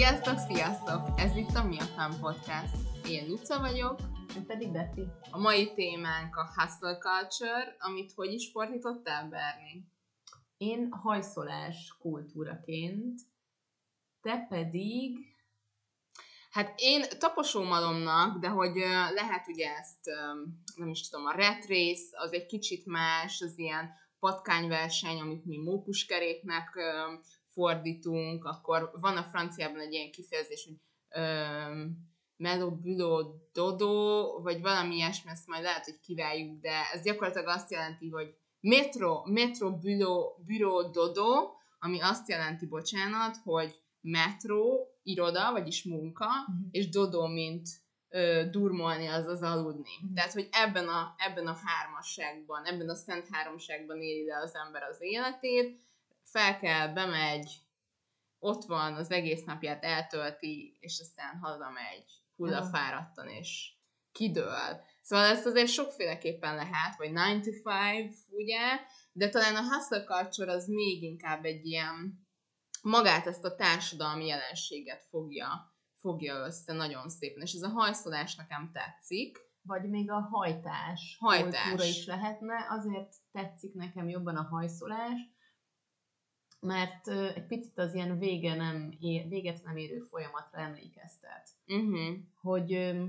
Sziasztok! Ez itt a Mi a Fun Podcast. Én Luca vagyok. Én pedig Betty. A mai témánk a hustle culture, amit hogy is fordítottál, Berni? Én hajszolás kultúraként, te pedig... Hát én taposómalomnak, de hogy lehet ugye ezt, nem is tudom, a rat race, az egy kicsit más, az ilyen patkányverseny, amit mi mókuskeréknek fordítunk, akkor van a franciában egy ilyen kifejezés, hogy melo bulo dodo, vagy valami ilyesmi, ezt majd lehet, hogy kiváljuk, de ez gyakorlatilag azt jelenti, hogy metro bureau dodo, ami azt jelenti, bocsánat, hogy metró, iroda, vagyis munka, és dodo, mint durmolni, azaz aludni. Tehát, hogy ebben a hármasságban, ebben a szent háromságban éli le az ember az életét, fel kell, bemegy, ott van, az egész napját eltölti, és aztán hazamegy hullafáradtan, és kidől. Szóval ezt azért sokféleképpen lehet, vagy 9 to 5, ugye, de talán a hustle culture az még inkább egy ilyen, magát ezt a társadalmi jelenséget fogja össze nagyon szépen, és ez a hajszolás nekem tetszik. Vagy még a hajtás kultúra is lehetne, azért tetszik nekem jobban a hajszolás, mert egy picit az ilyen véget nem érő folyamatra emlékeztet. Hogy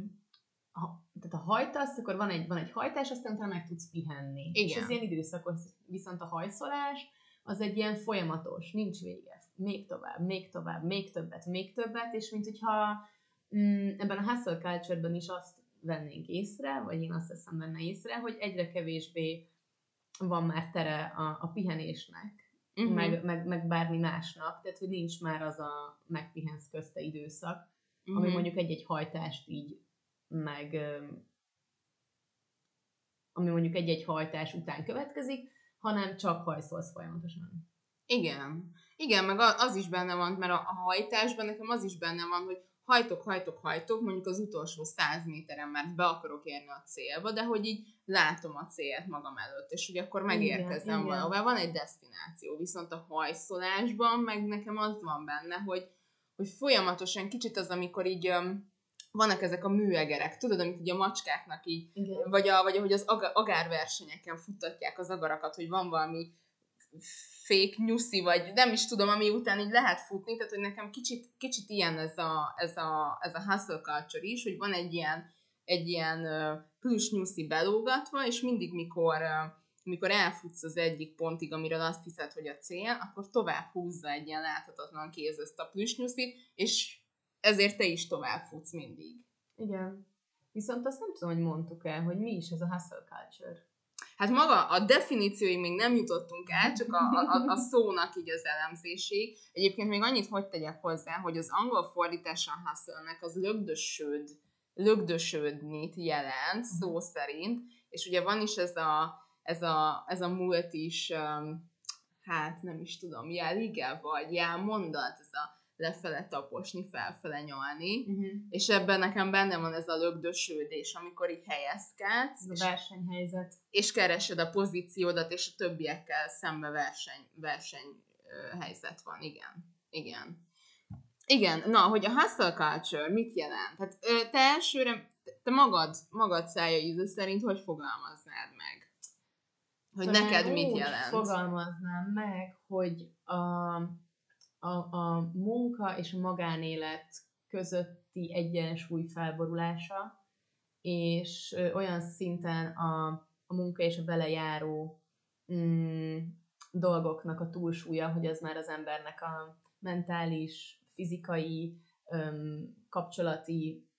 tehát ha hajtasz, akkor van egy hajtás, aztán utána meg tudsz pihenni. Igen. És ez ilyen időszakos, viszont a hajszolás az egy ilyen folyamatos, nincs vége. Még tovább, még többet, és mint hogyha ebben a hustle culture-ben is azt vennénk észre, vagy én azt veszem benne észre, hogy egyre kevésbé van már tere a pihenésnek, meg bármi másnak, tehát hogy nincs már az a megpihensz közte időszak, ami mondjuk egy hajtást így, ami mondjuk egy hajtás után következik, hanem csak hajszolsz folyamatosan. Igen, meg az is benne van, mert a hajtásban nekem az is benne van, hogy hajtok, mondjuk az utolsó 100 méteren, mert be akarok érni a célba, de hogy így látom a célt magam előtt, és hogy akkor megérkezem valahová, van egy desztináció, viszont a hajszolásban meg nekem az van benne, hogy folyamatosan kicsit az, amikor így vannak ezek a műegerek, tudod, amit ugye a macskáknak így, vagy ahogy az agárversenyeken futtatják az agarakat, hogy van valami fake nyuszi, vagy nem is tudom, ami után így lehet futni, tehát hogy nekem kicsit ilyen ez a hustle culture is, hogy van egy ilyen plusz nyuszi belógatva, és mindig mikor elfutsz az egyik pontig, amiről azt hiszed, hogy a cél, akkor tovább húzza egy ilyen láthatatlan kéz ezt a plusz nyuszit, és ezért te is tovább futsz mindig. Igen. Viszont azt nem tudom, hogy mondtuk el, hogy mi is ez a hustle culture. Hát maga a definícióig még nem jutottunk el, csak a szónak így az elemzéséig. Egyébként még annyit hogy tegyek hozzá, hogy az angol fordítása a hustle-nek az lögdösödni jelent, szó szerint, és ugye van is ez a múlt is, hát nem is tudom, jelige vagy jelmondat, ez a lefele taposni, felfele nyalni, és ebben nekem benne van ez a lögdösödés, amikor így helyezkedsz. Ez a versenyhelyzet. És keresed a pozíciódat, és a többiekkel szembe versenyhelyzet van, igen. Na, hogy a hustle culture mit jelent? Hát te elsőre, te magad szája íze szerint hogy fogalmaznád meg? Hogy talán neked mit jelent? Fogalmaznám meg, hogy a munka és a magánélet közötti egyensúly felborulása, és olyan szinten a munka és a vele járó dolgoknak a túlsúlya, hogy az már az embernek a mentális, fizikai, kapcsolati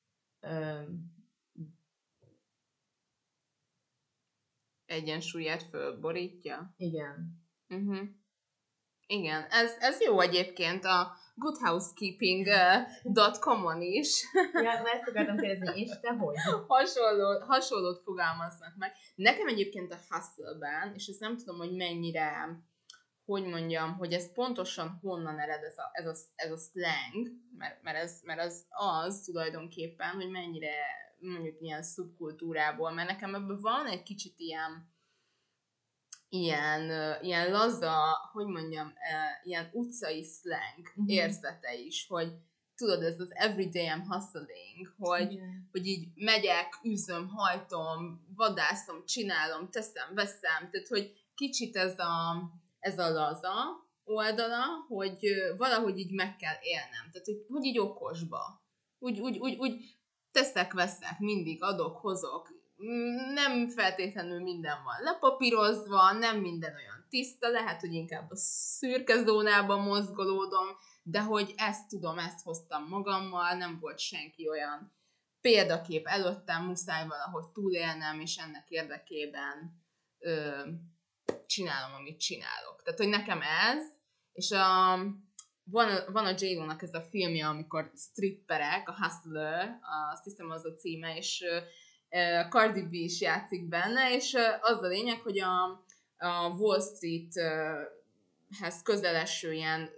egyensúlyát fölborítja? Igen. Igen, ez jó egyébként a goodhousekeeping.com-on is. Ja, ezt akartam kérdezni, és te hogy? Hasonlót fogalmaznak meg. Nekem egyébként a hustle-ben, és ezt nem tudom, hogy mennyire, hogy mondjam, hogy ez pontosan honnan ered ez a slang, mert az tulajdonképpen, hogy mennyire mondjuk ilyen szubkultúrából, mert nekem ebből van egy kicsit ilyen laza, hogy mondjam, ilyen utcai slang érzete is, hogy tudod, ez az everyday I'm hustling, hogy így megyek, üzöm, hajtom, vadászom, csinálom, teszem, veszem, tehát, hogy kicsit ez a laza oldala, hogy valahogy így meg kell élnem, tehát, hogy így okosba. Úgy teszek, veszek, mindig adok, hozok, nem feltétlenül minden van lepapírozva, nem minden olyan tiszta, lehet, hogy inkább a szürke zónában mozgolódom, de hogy ezt tudom, ezt hoztam magammal, nem volt senki olyan példakép előttem, muszáj valahogy túlélnem, és ennek érdekében csinálom, amit csinálok. Tehát, hogy nekem ez, és van a J-Lo-nak ez a filmje, amikor stripperek, a Hustler, azt hiszem az a címe, és Cardi B is játszik benne, és az a lényeg, hogy a Wall Street-hez közeleső ilyen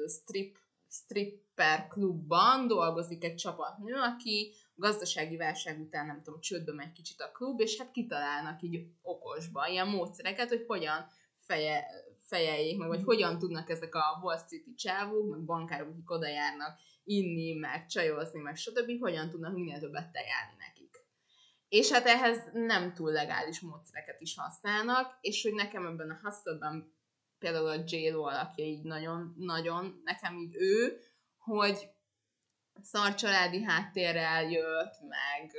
stripper klubban dolgozik egy csapatnő, aki gazdasági válság után, nem tudom, csődbe megy kicsit a klub, és hát kitalálnak így okosba ilyen módszereket, hogy hogyan fejeljék meg, vagy hogyan tudnak ezek a Wall Street-i csávók, meg bankárok, akik oda járnak inni, meg csajozni, meg stb., hogyan tudnak minél többet tejálni nekik. És hát ehhez nem túl legális módszereket is használnak, és hogy nekem ebben a hustle-ben például a J-Lo alakja így nagyon, nekem így ő, hogy szar családi háttérrel jött, meg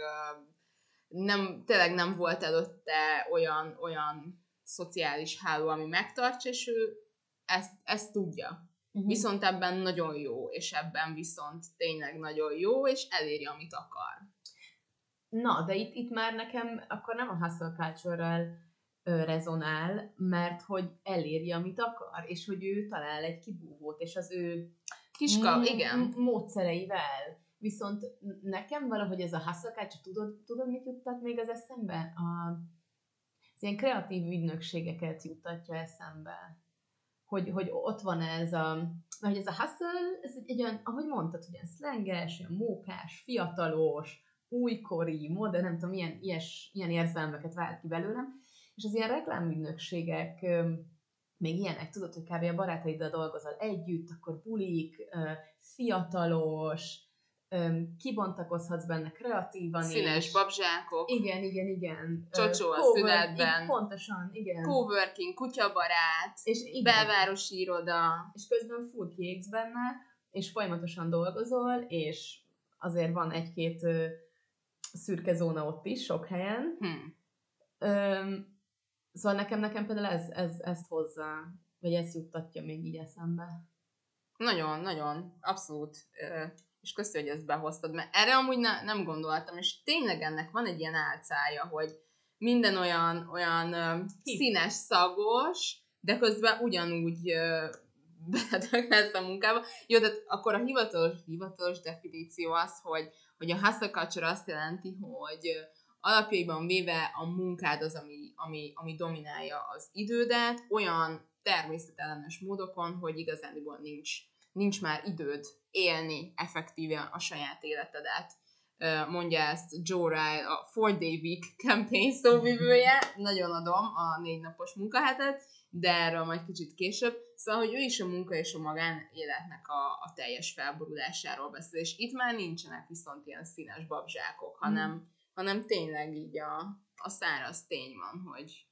tényleg nem volt előtte olyan szociális háló, ami megtartsa, és ő ezt tudja. Viszont ebben nagyon jó, és ebben viszont tényleg nagyon jó, és eléri, amit akar. Na, de itt már nekem akkor nem a hustle culture-rel rezonál, mert hogy eléri, amit akar, és hogy ő talál egy kibúvót, és az ő igen. módszereivel. Viszont nekem valahogy ez a hustle culture, tudod mit juttat még az eszembe? Az ilyen kreatív ügynökségeket juttatja eszembe. Hogy ott van hogy ez a hustle, ez egy olyan, ahogy mondtad, hogy ilyen szlenges, olyan mókás, fiatalos, újkori, modern, nem tudom, ilyen érzelmeket vált ki belőlem, és az ilyen reklámügynökségek még ilyenek, tudod, hogy kb. A barátaiddal dolgozol együtt, akkor bulik, fiatalos, kibontakozhatsz benne kreatívan. Színes babzsákok. Igen. Csocsó a szünetben. Pontosan, igen. Coworking, kutyabarát, és belvárosi iroda. És közben full kiégsz benne, és folyamatosan dolgozol, és azért van egy-két szürke zóna ott is, sok helyen. Szóval nekem például ezt hozzá, vagy ezt juttatja még így eszembe. Nagyon, abszolút. És köszi, hogy ezt behoztad, mert erre amúgy nem gondoltam, és tényleg ennek van egy ilyen álcája, hogy minden olyan színes, szagos, de közben ugyanúgy beledöghetsz a munkába. Jó, de akkor a hivatalos definíció az, hogy a hustle culture azt jelenti, hogy alapjaiban véve a munkád az, ami dominálja az idődet, olyan természetellenes módokon, hogy igazándiból nincs már időd élni effektíve a saját életedet. Mondja ezt Joe Ryle, a 4-Day Week campaign szóvivője, nagyon adom a 4 napos munkahetet, de erről majd kicsit később. Szóval, hogy ő is a munka és a magánéletnek a teljes felborulásáról beszél, és itt már nincsenek viszont ilyen színes babzsákok, hanem tényleg így a száraz tény van, hogy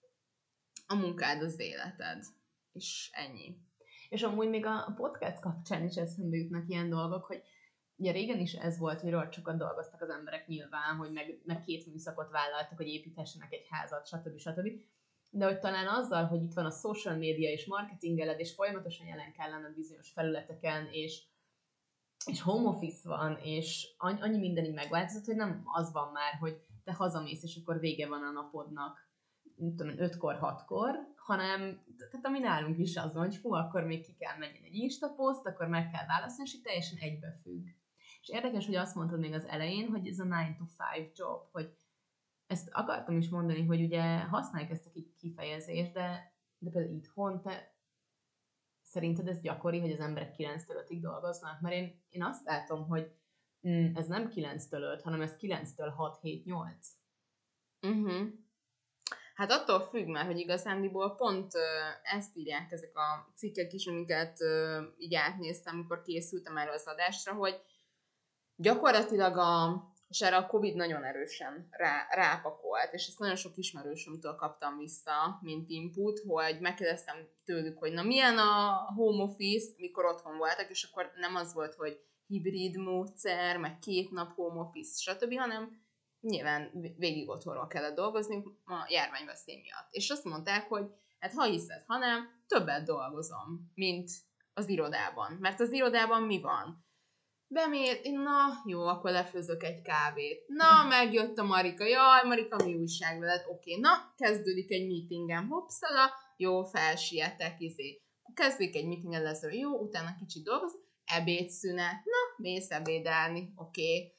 a munkád az életed, és ennyi. És amúgy még a podcast kapcsán is eszembe jutnak ilyen dolgok, hogy ugye régen is ez volt, hogy rohadt sokat dolgoztak az emberek nyilván, hogy meg 2 műszakot vállaltak, hogy építhessenek egy házat, stb. De hogy talán azzal, hogy itt van a social media és marketingeled, és folyamatosan jelen kell lenned bizonyos felületeken, és home office van, és annyi minden így megváltozott, hogy nem az van már, hogy te hazamész, és akkor vége van a napodnak, nem tudom, 5-kor, 6-kor, hanem, tehát ami nálunk is az van, hogy akkor még ki kell menjen egy Insta-poszt, akkor meg kell válaszolni, és így teljesen egybefügg. És érdekes, hogy azt mondtad még az elején, hogy ez a 9 to 5 job, hogy ezt akartam is mondani, hogy ugye használják ezt a kifejezést, de például itthon te szerinted ez gyakori, hogy az emberek 9-től 5-ig dolgoznak? Mert én azt látom, hogy ez nem 9-től 5, hanem ez 9-től 6-7-8. Hát attól függ már, hogy igazándiból pont ezt írják ezek a cikkek is, amiket így átnéztem, amikor készültem erre az adásra, hogy gyakorlatilag és erre a Covid nagyon erősen rápakolt, és ezt nagyon sok ismerősömtől kaptam vissza, mint input, hogy megkérdeztem tőlük, hogy na milyen a home office, mikor otthon voltak, és akkor nem az volt, hogy hibrid módszer, meg 2 nap home office, stb., hanem nyilván végig otthonról kellett dolgozni a járványveszély miatt. És azt mondták, hogy hát ha hiszed, hanem többet dolgozom, mint az irodában. Mert az irodában mi van? Bemér, na jó, akkor lefőzök egy kávét. Na, megjött a Marika, jaj, Marika, mi újság veled? Oké, na, kezdődik egy meetingem, hoppszala, jó, felsietek, kezdődik egy meetingen, lesz, jó, utána kicsit dolgozom, ebédszünet, na, mész ebédelni, oké.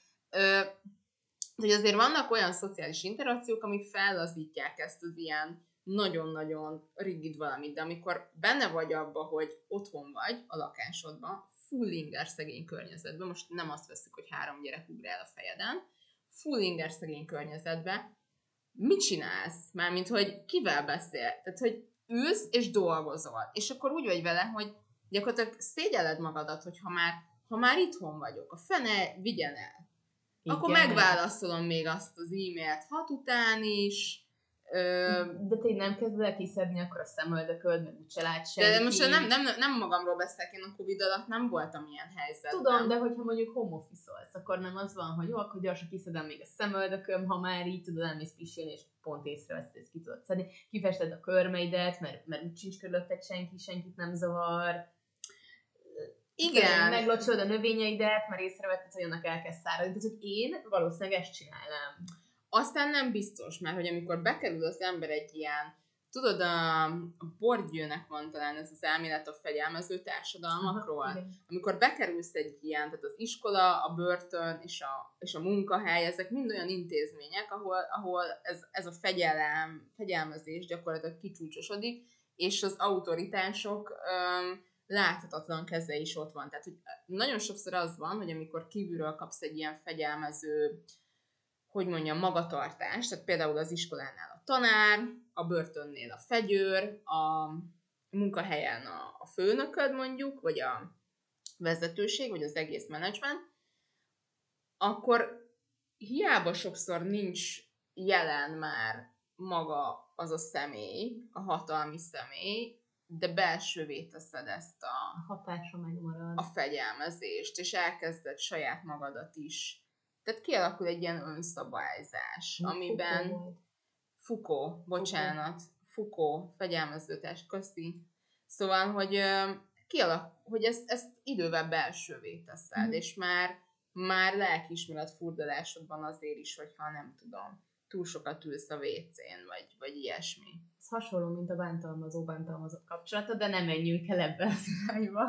Hogy azért vannak olyan szociális interakciók, amik fellazítják ezt az ilyen nagyon-nagyon rigid valamit, de amikor benne vagy abba, hogy otthon vagy a lakásodban, full inger szegény környezetben, most nem azt veszük, hogy 3 gyerek ugrál a fejeden, full inger szegény környezetben, mit csinálsz? Mármint, hogy kivel beszél? Tehát, hogy ülsz és dolgozol. És akkor úgy vagy vele, hogy gyakorlatilag szégyelled magadat, hogy ha már itthon vagyok, a fene vigyen el. Igen. Akkor megválaszolom még azt az e-mailt 6 után is. De te nem kezded el kiszedni akkor a szemöldököd, meg úgyse lát senki. De most nem magamról beszélek, én a Covid alatt nem voltam ilyen helyzetben. Tudom, de hogyha mondjuk home office-olsz, akkor nem az van, hogy jó, akkor gyorsan kiszedem még a szemöldököm, ha már így tudod, elmész pisilni, és pont észreveszed, ezt ki tudod szedni. Kifested a körmeidet, mert úgy sincs körülötted senkit nem zavar. Igen. Meglocsolod a növényeidet, mert észrevetted, hogy annak elkezd száradni. Tehát, hogy én valószínűleg ezt csinálnám. Aztán nem biztos, mert hogy amikor bekerül az ember egy ilyen, tudod, a Bourdieunek van talán ez az elmélet a fegyelmező társadalmakról. Aha, amikor bekerülsz egy ilyen, tehát az iskola, a börtön és a munkahely, ezek mind olyan intézmények, ahol ez a fegyelmezés gyakorlatilag kicsúcsosodik, és az autoritások láthatatlan keze is ott van. Tehát, hogy nagyon sokszor az van, hogy amikor kívülről kapsz egy ilyen fegyelmező, hogy mondjam, magatartás, tehát például az iskolánál a tanár, a börtönnél a fegyőr, a munkahelyen a főnököd mondjuk, vagy a vezetőség, vagy az egész menedzsment, akkor hiába sokszor nincs jelen már maga az a személy, a hatalmi személy, de belsővé teszed ezt a hatása megmarad. A fegyelmezést, és elkezded saját magadat is. Tehát kialakul egy ilyen önszabályzás, amiben Foucault, fegyelmezőtárs, köszi. Szóval, hogy hogy ezt idővel belsővé teszed, és már lelkiismeret furdalásodban azért is, hogyha nem tudom, túl sokat ülsz a WC-n, vagy ilyesmi. Ez hasonló, mint a bántalmazott kapcsolata, de nem menjünk el ebbe az irányba.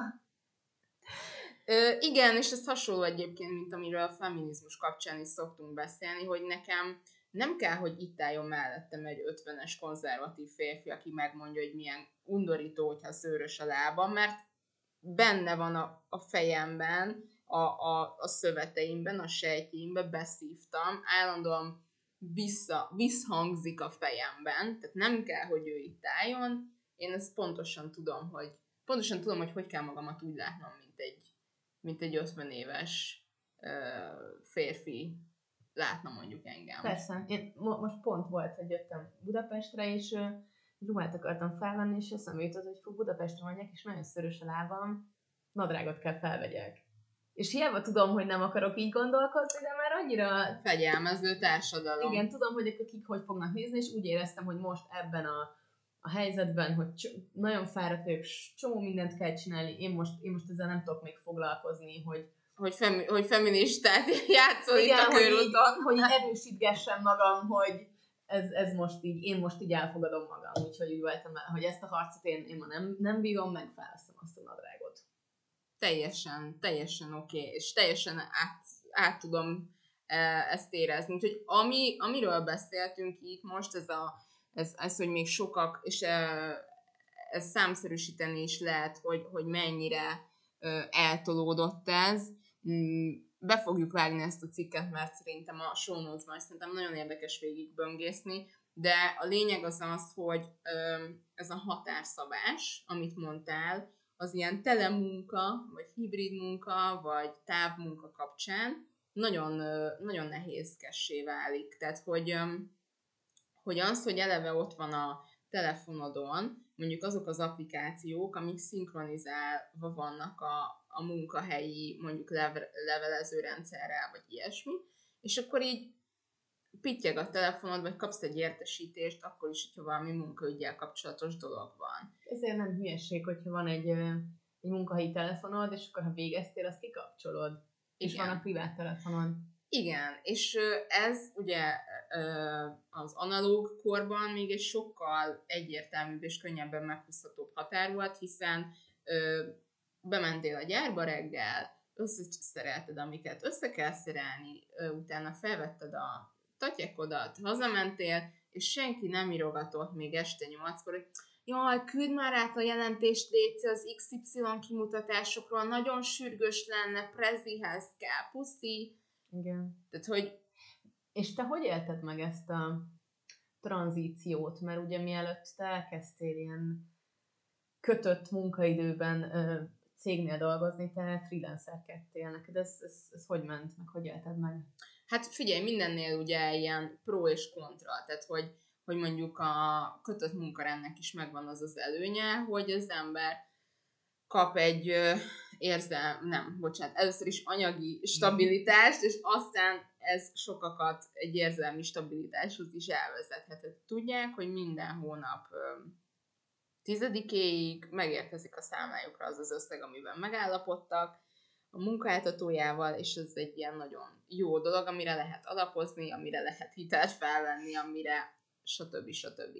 Igen, és ez hasonló egyébként, mint amiről a feminizmus kapcsán is szoktunk beszélni, hogy nekem nem kell, hogy itt álljon mellettem egy 50-es konzervatív férfi, aki megmondja, hogy milyen undorító, hogyha szőrös a lábam, mert benne van a fejemben, a szöveteimben, a sejtjeimben, beszívtam, állandóan visszhangzik a fejemben, tehát nem kell, hogy ő itt álljon, én ezt pontosan tudom, hogy kell magamat úgy látnom, mint egy 50 éves férfi látna mondjuk engem. Persze, én most pont volt, hogy jöttem Budapestre, és ruhát akartam felvenni, és eszembe jutott, hogy Budapestre vagyok, és nagyon szörös a lábam, nadrágot kell felvegyek. És hiába tudom, hogy nem akarok így gondolkozni, de már annyira... Fegyelmező társadalom. Igen, tudom, hogy akik hogy fognak nézni, és úgy éreztem, hogy most ebben a helyzetben, hogy nagyon fáradt vagyok, csomó mindent kell csinálni, én most ezzel nem tudok még foglalkozni, hogy feministát játszol itt a körúton. Hogy erősítgessem magam, hogy ez most így, én most így elfogadom magam, úgyhogy úgy voltam vele, hogy ezt a harcot én ma nem bírom, meg felveszem azt a nadrágot. Teljesen oké, és teljesen át tudom ezt érezni. Úgyhogy amiről beszéltünk itt most, ez, hogy még sokak, és ez számszerűsíteni is lehet, hogy mennyire eltolódott ez. Be fogjuk vágni ezt a cikket, mert szerintem a show notes-ban szerintem nagyon érdekes végigböngészni, de a lényeg az, hogy ez a határszabás, amit mondtál, az ilyen telemunka, vagy hibrid munka, vagy távmunka kapcsán nagyon, nagyon nehézkessé válik. Tehát, hogy az, hogy eleve ott van a telefonodon, mondjuk azok az applikációk, amik szinkronizálva vannak a munkahelyi, mondjuk levelező rendszerrel, vagy ilyesmi, és akkor így pittyeg a telefonod, vagy kapsz egy értesítést, akkor is, hogyha valami munkaüggyel kapcsolatos dolog van. Ezért nem hülyeség, hogyha van egy munkahelyi telefonod, és akkor ha végeztél, azt kikapcsolod. És van a privát telefonod. Igen, és ez ugye az analóg korban még egy sokkal egyértelműbb és könnyebben meghúzhatóbb határ volt, hiszen bementél a gyárba reggel, összeszerelted, amiket össze kell szerelni, utána felvetted a tatyekodat, hazamentél, és senki nem írogatott még este 8-kor, hogy jaj, küld már át a jelentést, légy az XY kimutatásokról, nagyon sürgős lenne, prezihez kell, puszi. Igen. Tehát, hogy... És te hogy élted meg ezt a tranzíciót? Mert ugye mielőtt te elkezdtél ilyen kötött munkaidőben cégnél dolgozni, te freelancerkedtél. Neked ez hogy ment, meg hogy élted meg? Hát figyelj, mindennél ugye ilyen pro és kontra, tehát hogy mondjuk a kötött munkarendnek is megvan az az előnye, hogy az ember kap egy először is anyagi stabilitást, és aztán ez sokakat egy érzelmi stabilitáshoz is elvezethet. Tudják, hogy minden hónap 10-éig megérkezik a számlájukra az az összeg, amiben megállapodtak a munkáltatójával, és ez egy ilyen nagyon jó dolog, amire lehet alapozni, amire lehet hitelt felvenni, amire stb.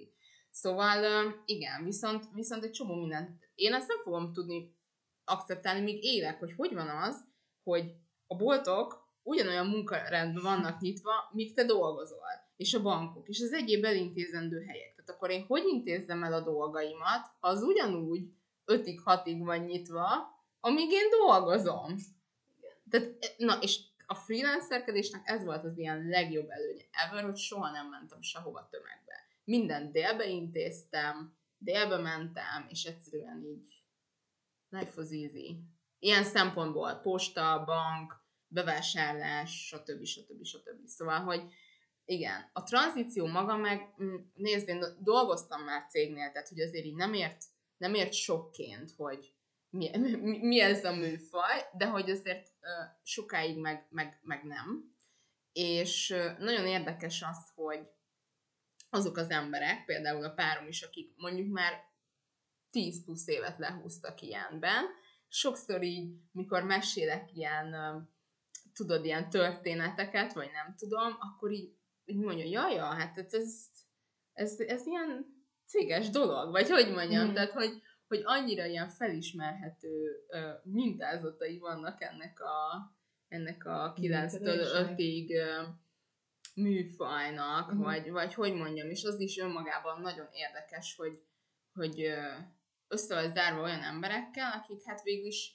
Szóval igen, viszont egy csomó mindent. Én ezt nem fogom tudni akceptálni még évek, hogy van az, hogy a boltok ugyanolyan munkarendben vannak nyitva, míg te dolgozol, és a bankok, és az egyéb elintézendő helyek. Tehát akkor én hogy intézzem el a dolgaimat, az ugyanúgy 5-6-ig van nyitva, amíg én dolgozom. Tehát, na, és a freelancerkedésnek ez volt az ilyen legjobb előnye ever, hogy soha nem mentem sehova tömegbe. Mindent délbe intéztem, délbe mentem, és egyszerűen így life was easy. Ilyen szempontból posta, bank, bevásárlás, stb. Szóval, hogy igen, a tranzíció maga meg, nézd, én dolgoztam már cégnél, tehát hogy azért így nem ért sokként, hogy mi ez a műfaj, de hogy azért sokáig meg nem. És nagyon érdekes az, hogy azok az emberek, például a párom is, akik mondjuk már 10 plusz évet lehúztak ilyenben, sokszor így, mikor mesélek ilyen, tudod, ilyen történeteket, vagy nem tudom, akkor így mondja, ja, hát ez ilyen céges dolog, vagy hogy mondjam, tehát, hogy annyira ilyen felismerhető mintázatai vannak ennek a 9-től 5-ig műfajnak, vagy hogy mondjam, és az is önmagában nagyon érdekes, hogy össze vagy zárva olyan emberekkel, akik hát végül is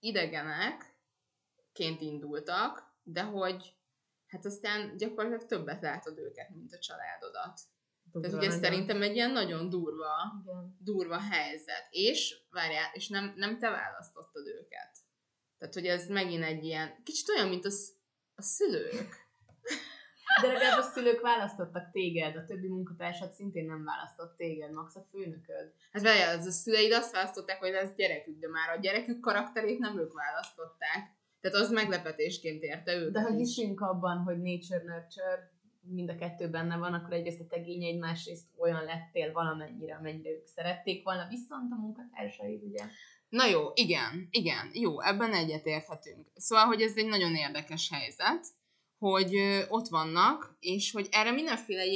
idegenekként indultak, de hogy hát aztán gyakorlatilag többet látod őket, mint a családodat. Tehát ugye szerintem egy ilyen nagyon durva helyzet. És várjál, és nem te választottad őket. Tehát, hogy ez megint egy ilyen, kicsit olyan, mint a szülők. De legalább a szülők választottak téged, a többi munkatársad szintén nem választott téged, max a főnököd. Hát várjál, az a szüleid azt választották, hogy lesz gyerekük, de már a gyerekük karakterét nem ők választották. Tehát az meglepetésként érte őket. De ha hiszünk abban, hogy nature-nurture mind a kettő benne van, akkor egyrészt a tegényeid, másrészt olyan lettél valamennyire, amennyire ők szerették volna, viszont a munkatársaid, ugye? Na jó, igen, jó, ebben egyetérthetünk. Szóval, hogy ez egy nagyon érdekes helyzet, hogy ott vannak, és hogy erre mindenféle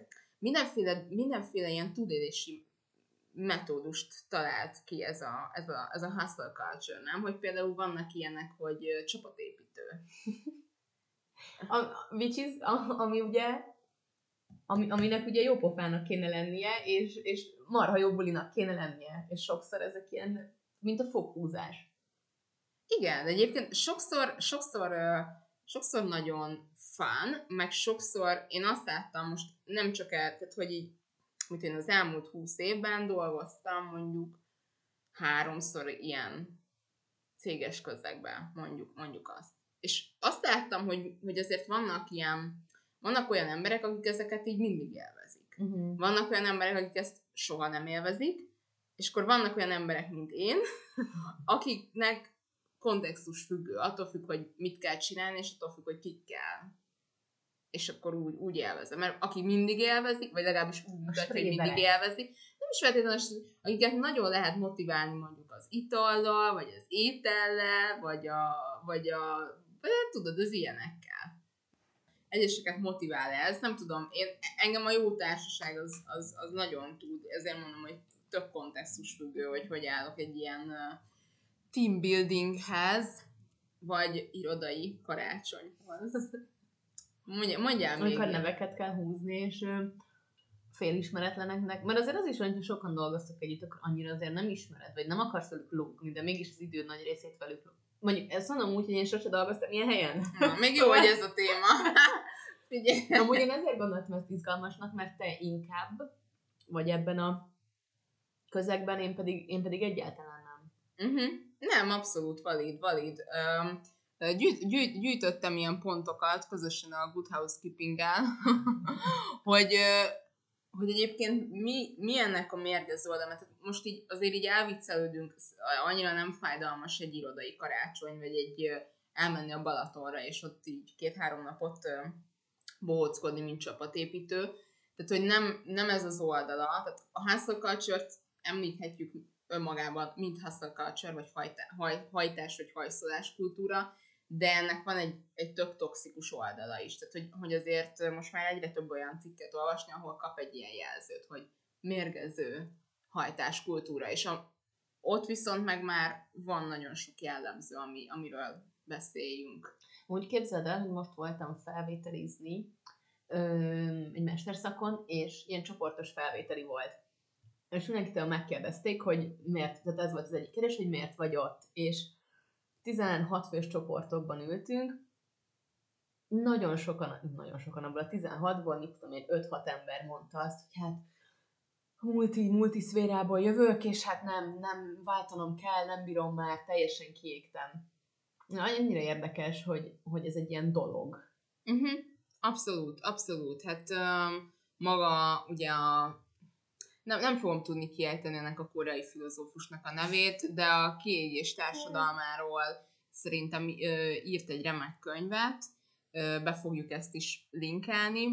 ilyen túlélési metódust talált ki ez a hustle culture, nem? Hogy például vannak ilyenek, hogy csapatépítő. Ami ugye, aminek ugye jó pofának kéne lennie, és marha jó bulinak kéne lennie, és sokszor ezek ilyen, mint a foghúzás. Igen, de egyébként sokszor nagyon fun, meg sokszor én azt láttam most nem csak tehát hogy így, mint én az elmúlt 20 évben dolgoztam mondjuk 3-szor ilyen céges közegben, mondjuk azt. És azt láttam, hogy azért vannak olyan emberek, akik ezeket így mindig élvezik. Vannak olyan emberek, akik ezt soha nem élvezik, és akkor vannak olyan emberek, mint én, akiknek kontextus függő, attól függ, hogy mit kell csinálni, és attól függ, hogy kikkel. És akkor úgy élvezem. Mert aki mindig élvezik, vagy legalábbis úgy mutatja, hogy mindig élvezik, nem is feltétlenül, akiket nagyon lehet motiválni mondjuk az itallal, vagy az étellel, vagy tudod, az ilyenekkel. Egyeseket motivál ez, nem tudom, engem a jó társaság az nagyon tud, ezért mondom, hogy több kontextus függő, hogy állok egy ilyen team buildinghez, vagy irodai karácsonyhoz. Mondjál még. Amikor neveket kell húzni, és félismeretleneknek, mert azért az is olyan, hogy sokan dolgoztak együtt, akkor annyira azért nem ismered, vagy nem akarsz velük lógni, de mégis az idő nagy részét velük. Mondjuk ezt mondom úgy, hogy én sose dolgoztam ilyen helyen. Na, még jó, hogy ez a téma. Figyelj. Amúgy én ezért gondoltam ezt izgalmasnak, mert te inkább, vagy ebben a közegben, én pedig egyáltalán nem. Nem, abszolút valid. Gyűjtöttem ilyen pontokat közösen a Good Housekeeping-gel, hogy egyébként mi ennek a mérgező oldal, mert most így azért így elviccelődünk, annyira nem fájdalmas egy irodai karácsony, vagy elmenni a Balatonra, és ott így 2-3 napot bohóckodni, mint csapatépítő. Tehát, hogy nem ez az oldala. Tehát a hustle culture-t említhetjük önmagában, mint hustle culture, vagy hajtás, vagy hajszolás kultúra, de ennek van egy tök toxikus oldala is. Tehát, hogy azért most már egyre több olyan cikket olvasni, ahol kap egy ilyen jelzőt, hogy mérgező hajtáskultúra, és ott viszont meg már van nagyon sok jellemző, amiről beszéljünk. Úgy képzeld el, hogy most voltam felvételizni egy mesterszakon, és ilyen csoportos felvételi volt. És mindenkitől megkérdezték, hogy miért, tehát ez volt az egyik kérdés, hogy miért vagy ott. És 16 fős csoportokban ültünk, nagyon sokan abból a 16-ból, mit tudom én, 5-6 ember mondta azt, hogy hát multiszférából jövök, és hát nem váltanom kell, nem bírom már, teljesen kiégtem. Na, annyira érdekes, hogy ez egy ilyen dolog. Abszolút. Hát maga ugye nem fogom tudni kiejteni ennek a koreai filozófusnak a nevét, de a kiégés társadalmáról szerintem írt egy remek könyvet, be fogjuk ezt is linkelni.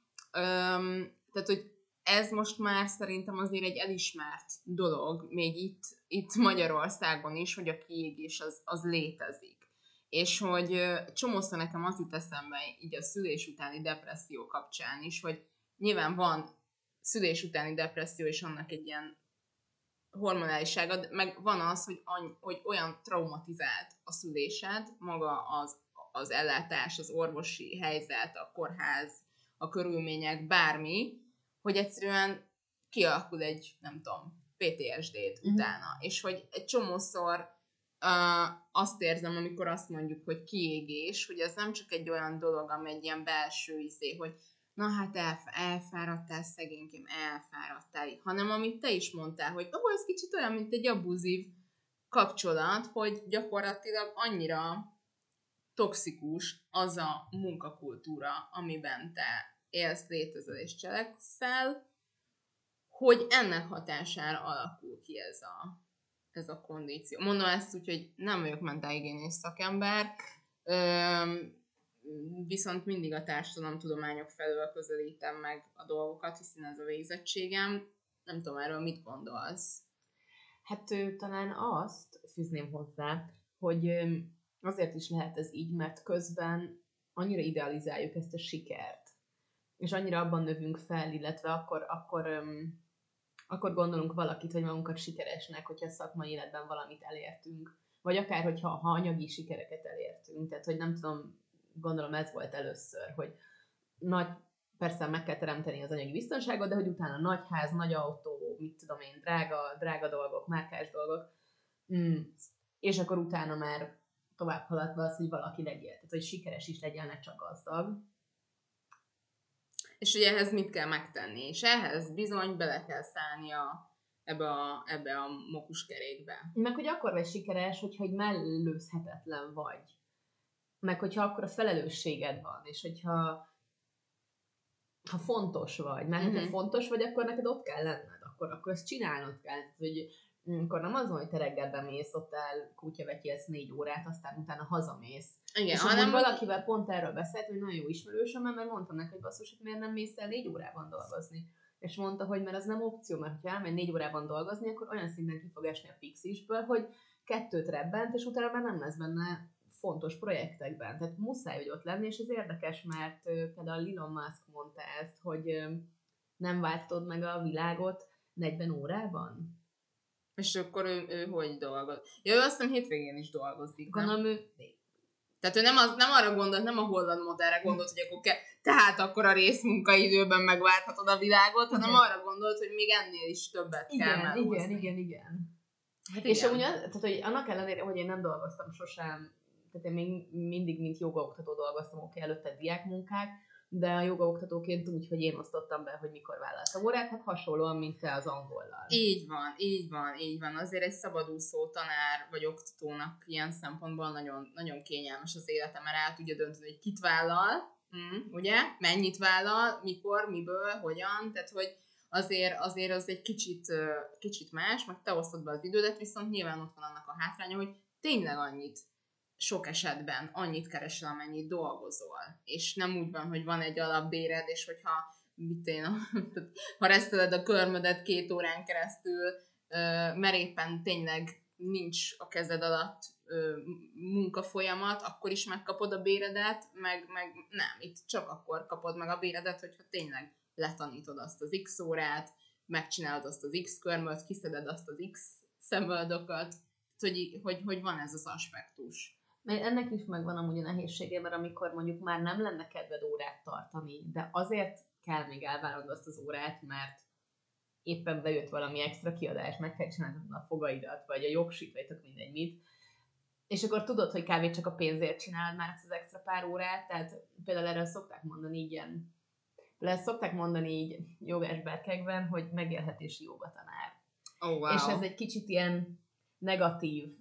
Tehát, hogy ez most már szerintem azért egy elismert dolog, még itt Magyarországon is, hogy a kiégés az létezik. És hogy csomószor nekem az jut eszembe így a szülés utáni depresszió kapcsán is, hogy nyilván van szülés utáni depresszió, és annak egy ilyen hormonálisága, meg van az, hogy olyan traumatizált a szülésed, maga az ellátás, az orvosi helyzet, a kórház, a körülmények, bármi, hogy egyszerűen kialakul egy, nem tudom, PTSD-t utána. És hogy egy csomószor azt érzem, amikor azt mondjuk, hogy kiégés, hogy ez nem csak egy olyan dolog, ami egy ilyen belső hogy na hát elfáradtál, szegénykém, elfáradtál, hanem amit te is mondtál, hogy ez kicsit olyan, mint egy abuzív kapcsolat, hogy gyakorlatilag annyira toxikus az a munkakultúra, amiben te élsz, létezel és cselekszel, hogy ennek hatására alakul ki ez a kondíció. Mondom ezt úgy, hogy nem vagyok mentálhigiénész szakember, viszont mindig a társadalomtudományok felől közelítem meg a dolgokat, hiszen ez a végzettségem. Nem tudom, erről mit gondolsz? Hát talán azt fűzném hozzá, hogy azért is lehet ez így, mert közben annyira idealizáljuk ezt a sikert, és annyira abban növünk fel, illetve akkor gondolunk valakit, hogy magunkat sikeresnek, hogyha szakmai életben valamit elértünk, vagy akár, hogyha anyagi sikereket elértünk, tehát, hogy nem tudom, gondolom ez volt először, hogy persze meg kell teremteni az anyagi biztonságot, de hogy utána nagy ház, nagy autó, mit tudom én, drága dolgok, márkás dolgok, és akkor utána már tovább haladva az, hogy valaki legyen, tehát hogy sikeres is legyen, ne csak gazdag. És ugye ehhez mit kell megtenni? És ehhez bizony bele kell szállni ebbe a mokuskerékbe. Meg hogy akkor vagy sikeres, hogyha egy mellőzhetetlen vagy. Meg hogyha akkor a felelősséged van, és hogyha fontos vagy. Mert hogyha fontos vagy, akkor neked ott kell lenned. Akkor ezt csinálnod kell. Hogy akkor nem azon, hogy te reggelben mész, ott el kutyavetjelsz 4 órát, aztán utána hazamész. Igen, és hanem valakivel pont erről beszélt, hogy nagyon jó ismerősöm, mert mondtam neki, hogy basszus, hogy miért nem mész el 4 órában dolgozni. És mondta, hogy mert az nem opció, mert ha elmegy 4 órában dolgozni, akkor olyan szinten ki fog esni a fixisből, hogy 2 rebbent, és utána már nem lesz benne fontos projektekben. Tehát muszáj, hogy ott lenni, és ez érdekes, mert például Elon Musk mondta ezt, hogy nem váltod meg a világot 40 órában. És akkor ő hogy dolgoz? Ja, ő azt hiszem hétvégén is dolgozik, gondolom, nem? Tehát ő nem arra gondolt, nem a holland modellre gondolt, hogy akkor tehát akkor a részmunkaidőben megválthatod a világot, hanem arra gondolt, hogy még ennél is többet kell melózni. Igen. Hát és amúgy tehát, hogy annak ellenére, hogy én nem dolgoztam sosem, tehát én még mindig, mint jogaoktató dolgoztam, előtte diákmunkák, de a jogaoktatóként úgy, hogy én osztottam be, hogy mikor vállaltam órát, hát hasonlóan, mint te az angollal. Így van. Azért egy szabadúszó tanár vagy oktatónak ilyen szempontból nagyon, nagyon kényelmes az élete, mert el tudja dönteni, hogy kit vállal, ugye? Mennyit vállal, mikor, miből, hogyan, tehát hogy azért az egy kicsit más, meg te osztod be az idődet, viszont nyilván ott van annak a hátránya, hogy tényleg sok esetben annyit keresel, amennyit dolgozol. És nem úgy van, hogy van egy alapbéred, és hogyha ha reszteled a körmödet 2 órán keresztül, mert éppen tényleg nincs a kezed alatt munkafolyamat, akkor is megkapod a béredet, meg nem, itt csak akkor kapod meg a béredet, hogyha tényleg letanítod azt az X órát, megcsinálod azt az X körmöt, kiszeded azt az X szemöldokat, hogy van ez az aspektus. Mert ennek is megvan amúgy a nehézsége, mert amikor mondjuk már nem lenne kedved órát tartani, de azért kell még elvállalnod azt az órát, mert éppen bejött valami extra kiadás, meg kell csinálnod a fogaidat, vagy a jogsit, vagy tök mindegy mit. És akkor tudod, hogy kb. Csak a pénzért csinálod már ezt az extra pár órát, tehát például erről szokták mondani így jogásberkekben, hogy megélhetési jogatanár. Oh, wow. És ez egy kicsit ilyen negatív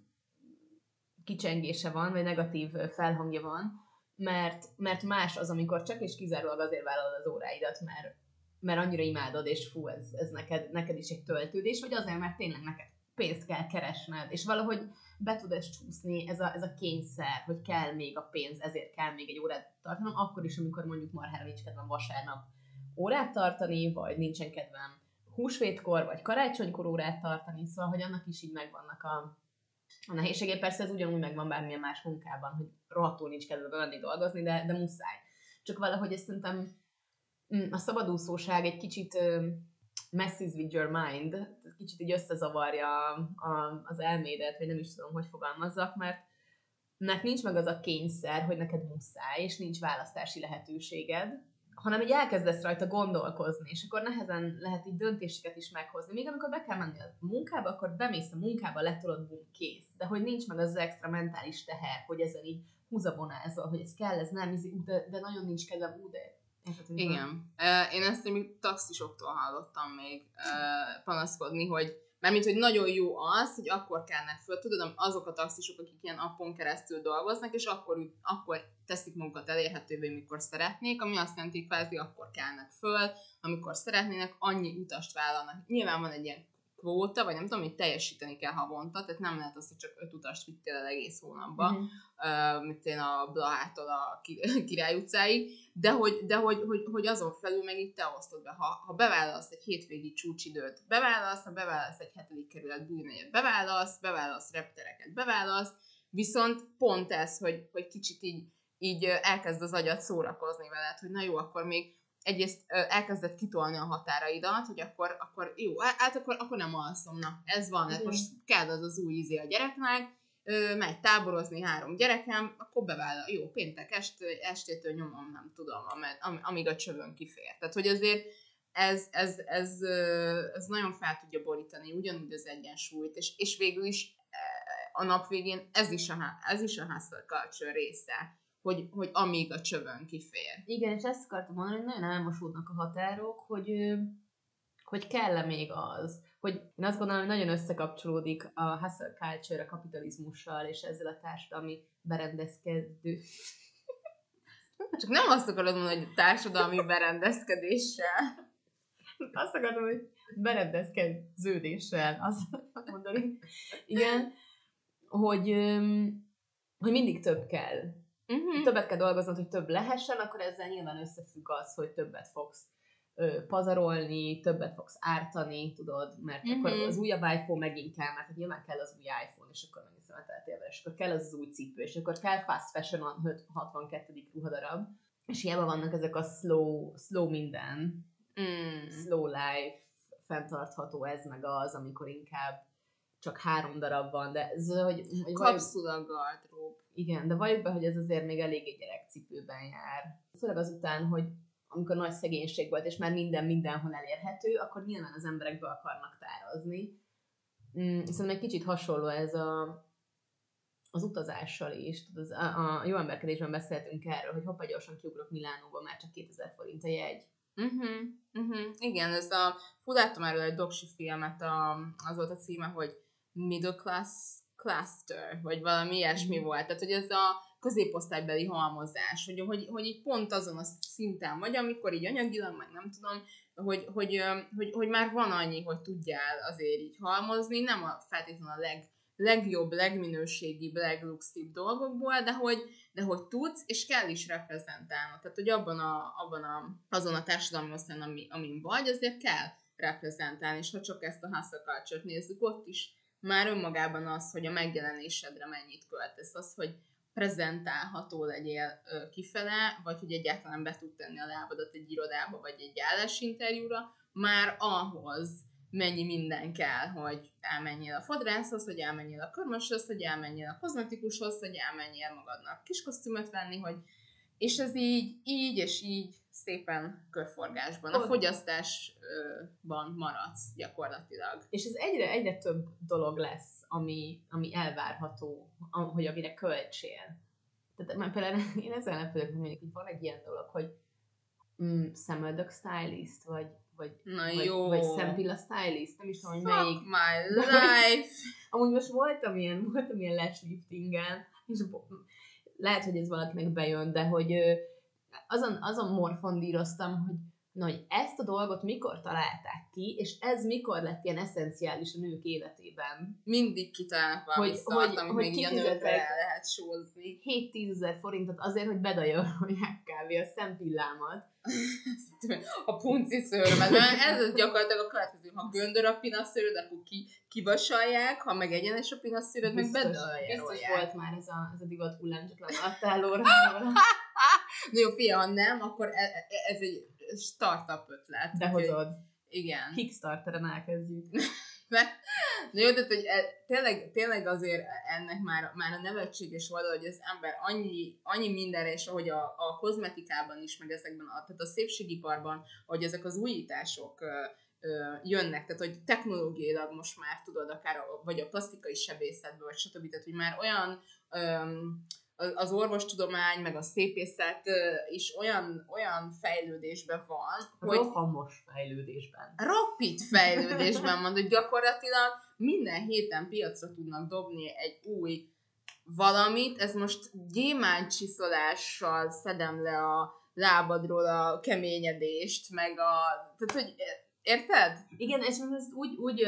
kicsengése van, vagy negatív felhangja van, mert más az, amikor csak és kizárólag azért vállalod az óráidat, mert annyira imádod, és fú, ez neked is egy töltődés, vagy azért, mert tényleg neked pénzt kell keresned, és valahogy be tud ezt csúszni, ez a kényszer, hogy kell még a pénz, ezért kell még egy órát tartanom, akkor is, amikor mondjuk marhára nincs kedvem vasárnap órát tartani, vagy nincsen kedvem húsvétkor, vagy karácsonykor órát tartani, szóval, hogy annak is így megvannak a nehézségé. Persze ez ugyanúgy megvan bármilyen más munkában, hogy rohadtul nincs kedve bemenni dolgozni, de muszáj. Csak valahogy ezt szerintem a szabadúszóság egy kicsit messes with your mind, kicsit így összezavarja az elmédet, vagy nem is tudom, hogy fogalmazzak, mert nincs meg az a kényszer, hogy neked muszáj, és nincs választási lehetőséged, hanem így elkezdesz rajta gondolkozni, és akkor nehezen lehet így döntéseket is meghozni. Még amikor be kell menni a munkába, akkor bemész a munkába, letolod, bum, kész. De hogy nincs meg az extra mentális teher, hogy ezen így húzabonázol, hogy ez kell, ez nem, de nagyon nincs kedvem, de... Igen. Én ezt még taxisoktól hallottam még panaszkodni, hogy mármint, hogy nagyon jó az, hogy akkor kelnek föl, tudod, azok a taxisok, akik ilyen appon keresztül dolgoznak, és akkor teszik magukat elérhetővé, amikor szeretnék, ami azt jelenti, hogy kvázi akkor kelnek föl, amikor szeretnének, annyi utast vállalnak. Nyilván van egy ilyen kvóta, vagy nem tudom, hogy teljesíteni kell havonta, tehát nem lehet az, hogy csak 5 utast vittél el egész hónapban, mint én a Blahától a Király utcáig, de hogy azon felül meg itt te osztod be. Ha bevállalsz egy hétvégi csúcsidőt, ha bevállalsz egy 7. kerület bújnegyet, bevállalsz reptereket, viszont pont ez, hogy kicsit így elkezd az agyat szórakozni veled, hogy na jó, akkor még egyrészt elkezdett kitolni a határaidat, hogy akkor jó, hát akkor nem alszom, na, ez van, hát most kell az új ízé a gyereknek, megy táborozni 3 gyerekem, akkor bevállal, jó, péntek estétől nyomom, nem tudom, amíg a csövön kifér. Tehát, hogy azért ez nagyon fel tudja borítani ugyanúgy az egyensúlyt, és végül is a nap végén ez is a hustle culture része, hogy amíg a csövön kifér. Igen, és ezt akartam mondani, hogy nagyon elmosódnak a határok, hogy kell-e még az. Hogy én azt gondolom, hogy nagyon összekapcsolódik a hustle culture, a kapitalizmussal, és ezzel a társadalmi berendezkedő. Csak nem azt akarod mondani, hogy társadalmi berendezkedéssel. Azt akartam, hogy berendezkedőzéssel, azt mondani. Igen, hogy mindig több kell. Többet kell dolgoznod, hogy több lehessen, akkor ezzel nyilván összefügg az, hogy többet fogsz pazarolni, többet fogsz ártani, tudod, mert akkor az újabb iPhone megint kell, mert nyilván kell az új iPhone, és akkor megint szemeteltél, és akkor kell az új cipő, és akkor kell fast fashion a 62. ruhadarab, és hiába vannak ezek a slow minden, slow life, fenntartható ez meg az, amikor inkább csak 3 darab van, de ez, hogy kapszula gardrób. Igen, de valljuk be, hogy ez azért még eléggé gyerekcipőben jár. Főleg azután, hogy amikor nagy szegénység volt, és már mindenhol elérhető, akkor nyilván az emberek be akarnak tárazni. Szerintem egy kicsit hasonló ez az utazással is. A jó emberkedésben beszéltünk erről, hogy hoppa gyorsan kiugrok Milánóba, már csak 2000 forint a jegy. Igen, láttam erről egy doksi filmet, az volt a címe, hogy Middle Class Cluster, vagy valami ilyesmi volt. Tehát, hogy ez a középosztálybeli halmozás, hogy így pont azon a szinten vagy, amikor így anyagilag, meg nem tudom, hogy már van annyi, hogy tudjál azért így halmozni, nem feltétlenül a legjobb, legminőségibb, legluxibb dolgokból, de hogy tudsz, és kell is reprezentálnod. Tehát, hogy azon a társadalmi osztályon, amin vagy, azért kell reprezentálni, és ha csak ezt a hustle culture-t nézzük, ott is már önmagában az, hogy a megjelenésedre mennyit költesz, az, hogy prezentálható legyél kifele, vagy hogy egyáltalán be tud tenni a lábadat egy irodába, vagy egy állásinterjúra, már ahhoz mennyi minden kell, hogy elmenjél a fodrászhoz, hogy elmenjél a körmöshöz, hogy elmenjél a kozmetikushoz, hogy elmenjél magadnak kis kosztümöt venni, és ez így és így szépen körforgásban. A fogyasztásban maradsz gyakorlatilag. És ez egyre több dolog lesz, ami elvárható, hogy amire költsél. Tehát például én ezzel lepődök, hogy van egy ilyen dolog, hogy szemöldök stylist, vagy szempilla stylist, nem is tudom, hogy melyik. Fuck my life! Amúgy most voltam ilyen lash liftingen, és lehet, hogy ez valakinek bejön, de hogy azon morfondíroztam, hogy ezt a dolgot mikor találták ki, és ez mikor lett ilyen eszenciális a nők életében. Mindig kitalálnak valami szart, amit még ilyen nőkre el lehet sózni. 7-10 ezer forintot azért, hogy bedajolják kávé a szempillámat. A punci szőrömet. Ez gyakorlatilag a következő. Ha göndör a pinaszszőröd, akkor kivasalják, ha meg egyenes a pinaszszőröd, meg bedajolják. Biztos volt már ez a divat hullám, csak leadtál óra. Na jó, fia, ha nem, akkor ez egy startup ötlet. De hozod. Igen. Kickstarteren elkezdjük. Na jó, tehát hogy tényleg azért ennek már a nevetséges oldal, hogy az ember annyi mindenre, és ahogy a kozmetikában is, meg ezekben, tehát a szépségiparban, hogy ezek az újítások jönnek, tehát hogy technológiailag most már tudod, akár vagy a plastikai sebészetből, vagy stb. Tehát, hogy már olyan az orvostudomány, meg a szépészet is olyan fejlődésben van, hogy... Rohamos fejlődésben. Rapid fejlődésben van, hogy gyakorlatilag minden héten piacra tudnak dobni egy új valamit, ez most gyémántcsiszolással szedem le a lábadról a keményedést, meg tehát, hogy érted? Igen, és most úgy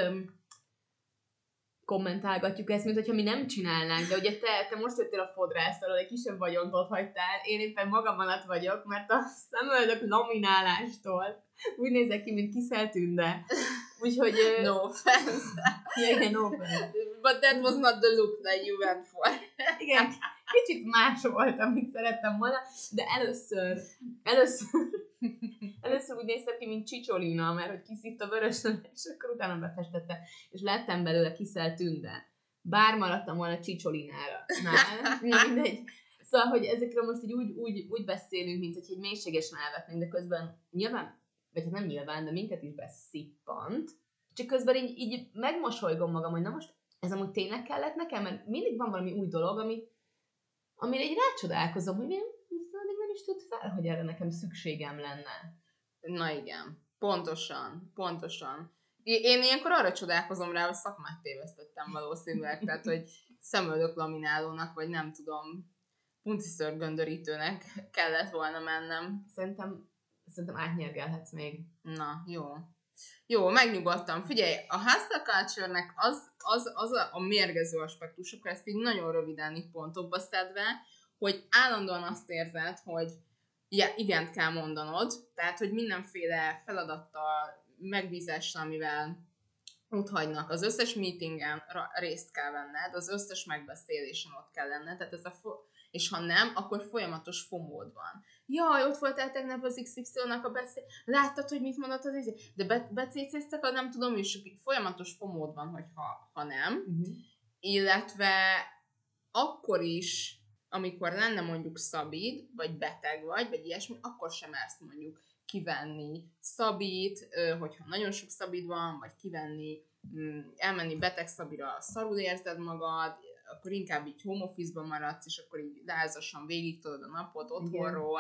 kommentálgatjuk ezt, mint hogyha mi nem csinálnánk, de ugye te most jöttél a fodrászról, egy kisebb vagyont ott hagytál, én éppen magam alatt vagyok, mert a szemöldök laminálástól úgy nézek ki, mint Kiszel Tünde. Úgyhogy... No offense. Igen, no offense. But that was not the look that you went for. Igen, kicsit más volt, amit szerettem volna, de először úgy néztem ki, mint Csicsolina, mert hogy kiszitt a vörösön, és akkor utána befestette, és lettem belőle Kiszel Tünde. Bár maradtam volna Csicsolinára. Na, mindegy. Szóval, hogy ezekről most így úgy beszélünk, mint hogy egy mélységesen elvetnénk, de közben nyilván, vagy hát nem nyilván, de minket is beszippant. Csak közben így megmosolygom magam, hogy na most ez amúgy tényleg kellett nekem, mert mindig van valami új dolog, amire így rácsodálkozom, hogy én nem is tud fel, hogy erre nekem szükségem lenne. Na igen, pontosan. Én ilyenkor arra csodálkozom rá, hogy szakmát tévesztettem valószínűleg, tehát, hogy szemöldök laminálónak, vagy nem tudom, puntiszőrgöndörítőnek kellett volna mennem. Szerintem átnyergelhetsz még. Na, jó, megnyugodtam. Figyelj, a hustle culture-nek az a mérgező aspektus, akkor ezt így nagyon röviden így pontokba szedve, hogy állandóan azt érzed, hogy igent kell mondanod, tehát, hogy mindenféle feladattal, megbízással, amivel ott hagynak, az összes meetingen részt kell venned, az összes megbeszélésen ott kell lenned, tehát és ha nem, akkor folyamatos FOMO-d van. Jaj, ott voltál tegnap az XY-nak a láttad, hogy mit mondott az izé, de becécéztek, nem tudom, és folyamatos FOMO-d van, hogy ha nem. Illetve akkor is, amikor lenne mondjuk szabid, vagy beteg vagy ilyesmi, akkor sem mersz mondjuk kivenni szabit, hogyha nagyon sok szabid van, vagy kivenni, elmenni beteg szabira, szarul érzed magad, akkor inkább így home office-ban maradsz, és akkor így lázasan végig tudod a napot otthonról,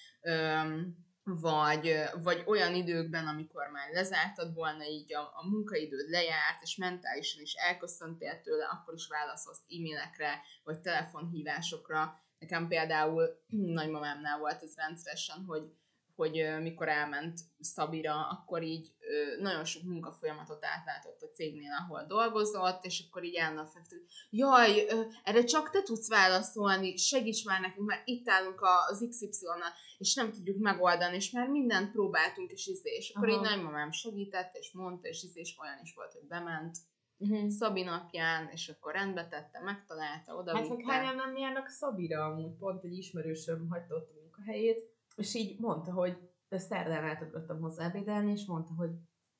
vagy olyan időkben, amikor már lezártad volna, így a munkaidőd lejárt, és mentálisan is elköszöntél tőle, akkor is válaszolsz e-mailekre, vagy telefonhívásokra. Nekem például nagymamámnál volt ez rendszeresen, hogy mikor elment Szabira, akkor így nagyon sok munkafolyamatot átlátott a cégnél, ahol dolgozott, és akkor így állna hogy jaj, erre csak te tudsz válaszolni, segíts már nekünk, mert itt állunk az XY-nal, és nem tudjuk megoldani, és már mindent próbáltunk, és akkor így nagymamám segített, és mondta, és olyan is volt, hogy bement Szabi napján, és akkor rendbe tette, megtalálta, odavitte. Hát meg hányan nem járnak Szabira, amúgy pont egy ismerősöm hagyta ott a munkahelyét, és így mondta, hogy szerdán átugrottam hozzá ebédelni, és mondta, hogy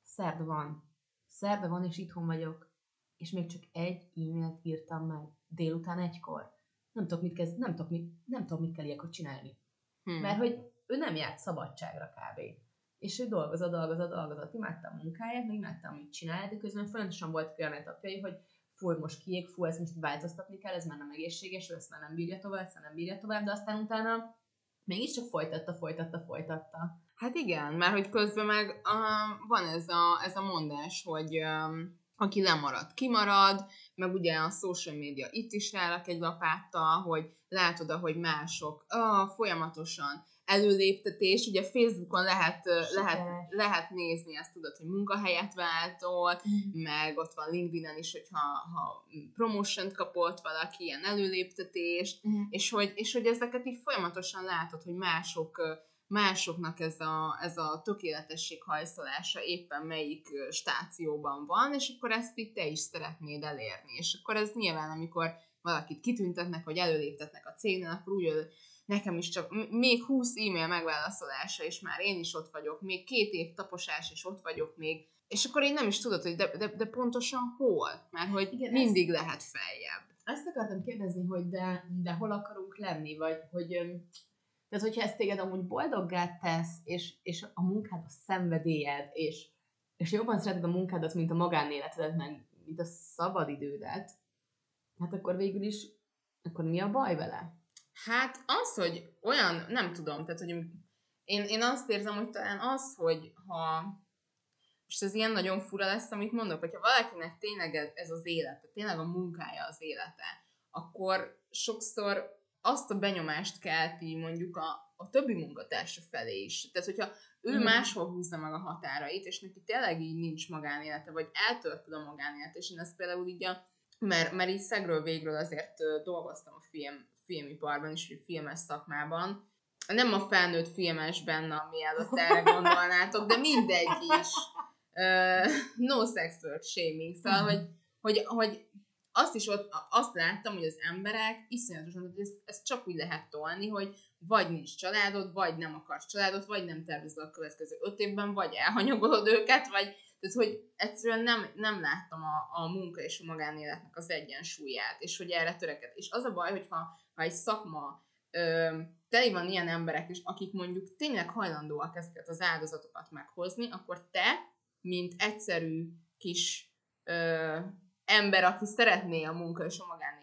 szerda van, és itthon vagyok, és még csak egy e-mailt írtam meg délután 1-kor. Nem tudom, mit kell ilyenkor csinálni. Mert hogy ő nem járt szabadságra kb. És ő dolgozott. Imádtam a munkáját, meg imádtam, mit csinál, de közben folyamatosan volt olyan etapjai, hogy fúj, most kiég, ezt most változtatni kell, ez már nem egészséges, ezt már nem bírja tovább, de aztán utána mégiscsak folytatta. Hát igen, mert hogy közben meg van ez a mondás, hogy aki lemarad, kimarad, meg ugye a social media itt is rárak egy lapáttal, hogy látod, ahogy mások folyamatosan előléptetés, ugye Facebookon lehet nézni, ezt tudod, hogy munkahelyet váltott, meg ott van LinkedIn-en is, hogyha promotion-t kapott valaki, ilyen előléptetést, és hogy ezeket így folyamatosan látod, hogy másoknak ez a tökéletesség hajszolása éppen melyik stációban van, és akkor ezt így te is szeretnéd elérni. És akkor ez nyilván, amikor valakit kitüntetnek, vagy előléptetnek a cégnél, akkor úgy, nekem is csak még 20 e-mail megválaszolása, és már én is ott vagyok, még 2 év taposás, és ott vagyok még, és akkor én nem is tudod, hogy de pontosan hol, mert hogy igen, mindig lehet feljebb. Ezt akartam kérdezni, hogy de hol akarunk lenni, vagy hogy tehát, hogyha ezt téged amúgy boldoggá tesz, és a munkád a szenvedélyed, és jobban szereted a munkádat, mint a magánéletedet, meg mint a szabadidődet, hát akkor végül is, akkor mi a baj vele? Hát az, hogy olyan, nem tudom, tehát, hogy én azt érzem, hogy talán az, hogy ha most ez ilyen nagyon fura lesz, amit mondok, hogyha valakinek tényleg ez az élete, tényleg a munkája az élete, akkor sokszor azt a benyomást kelti mondjuk a többi munkatársa felé is. Tehát, hogyha ő máshol húzza meg a határait, és neki tényleg így nincs magánélete, vagy eltörpül a magánélete, és én ezt például így mert így szegről végről azért dolgoztam a filmiparban is, vagy filmes szakmában. Nem a felnőtt filmesben, ami előtt erre gondolnátok, de mindegy is. No sex work shaming. Szóval, hogy azt láttam, hogy az emberek iszonyatosan, hogy ezt csak úgy lehet tolni, hogy vagy nincs családod, vagy nem akarsz családot, vagy nem tervezed a következő 5 évben, vagy elhanyagolod őket, vagy tehát, hogy egyszerűen nem láttam a munka és a magánéletnek az egyensúlyát, és hogy erre töreked. És az a baj, hogyha egy szakma teli van ilyen emberek is, akik mondjuk tényleg hajlandóak ezeket az áldozatokat meghozni, akkor te, mint egyszerű kis ember, aki szeretné a munka és a magánélet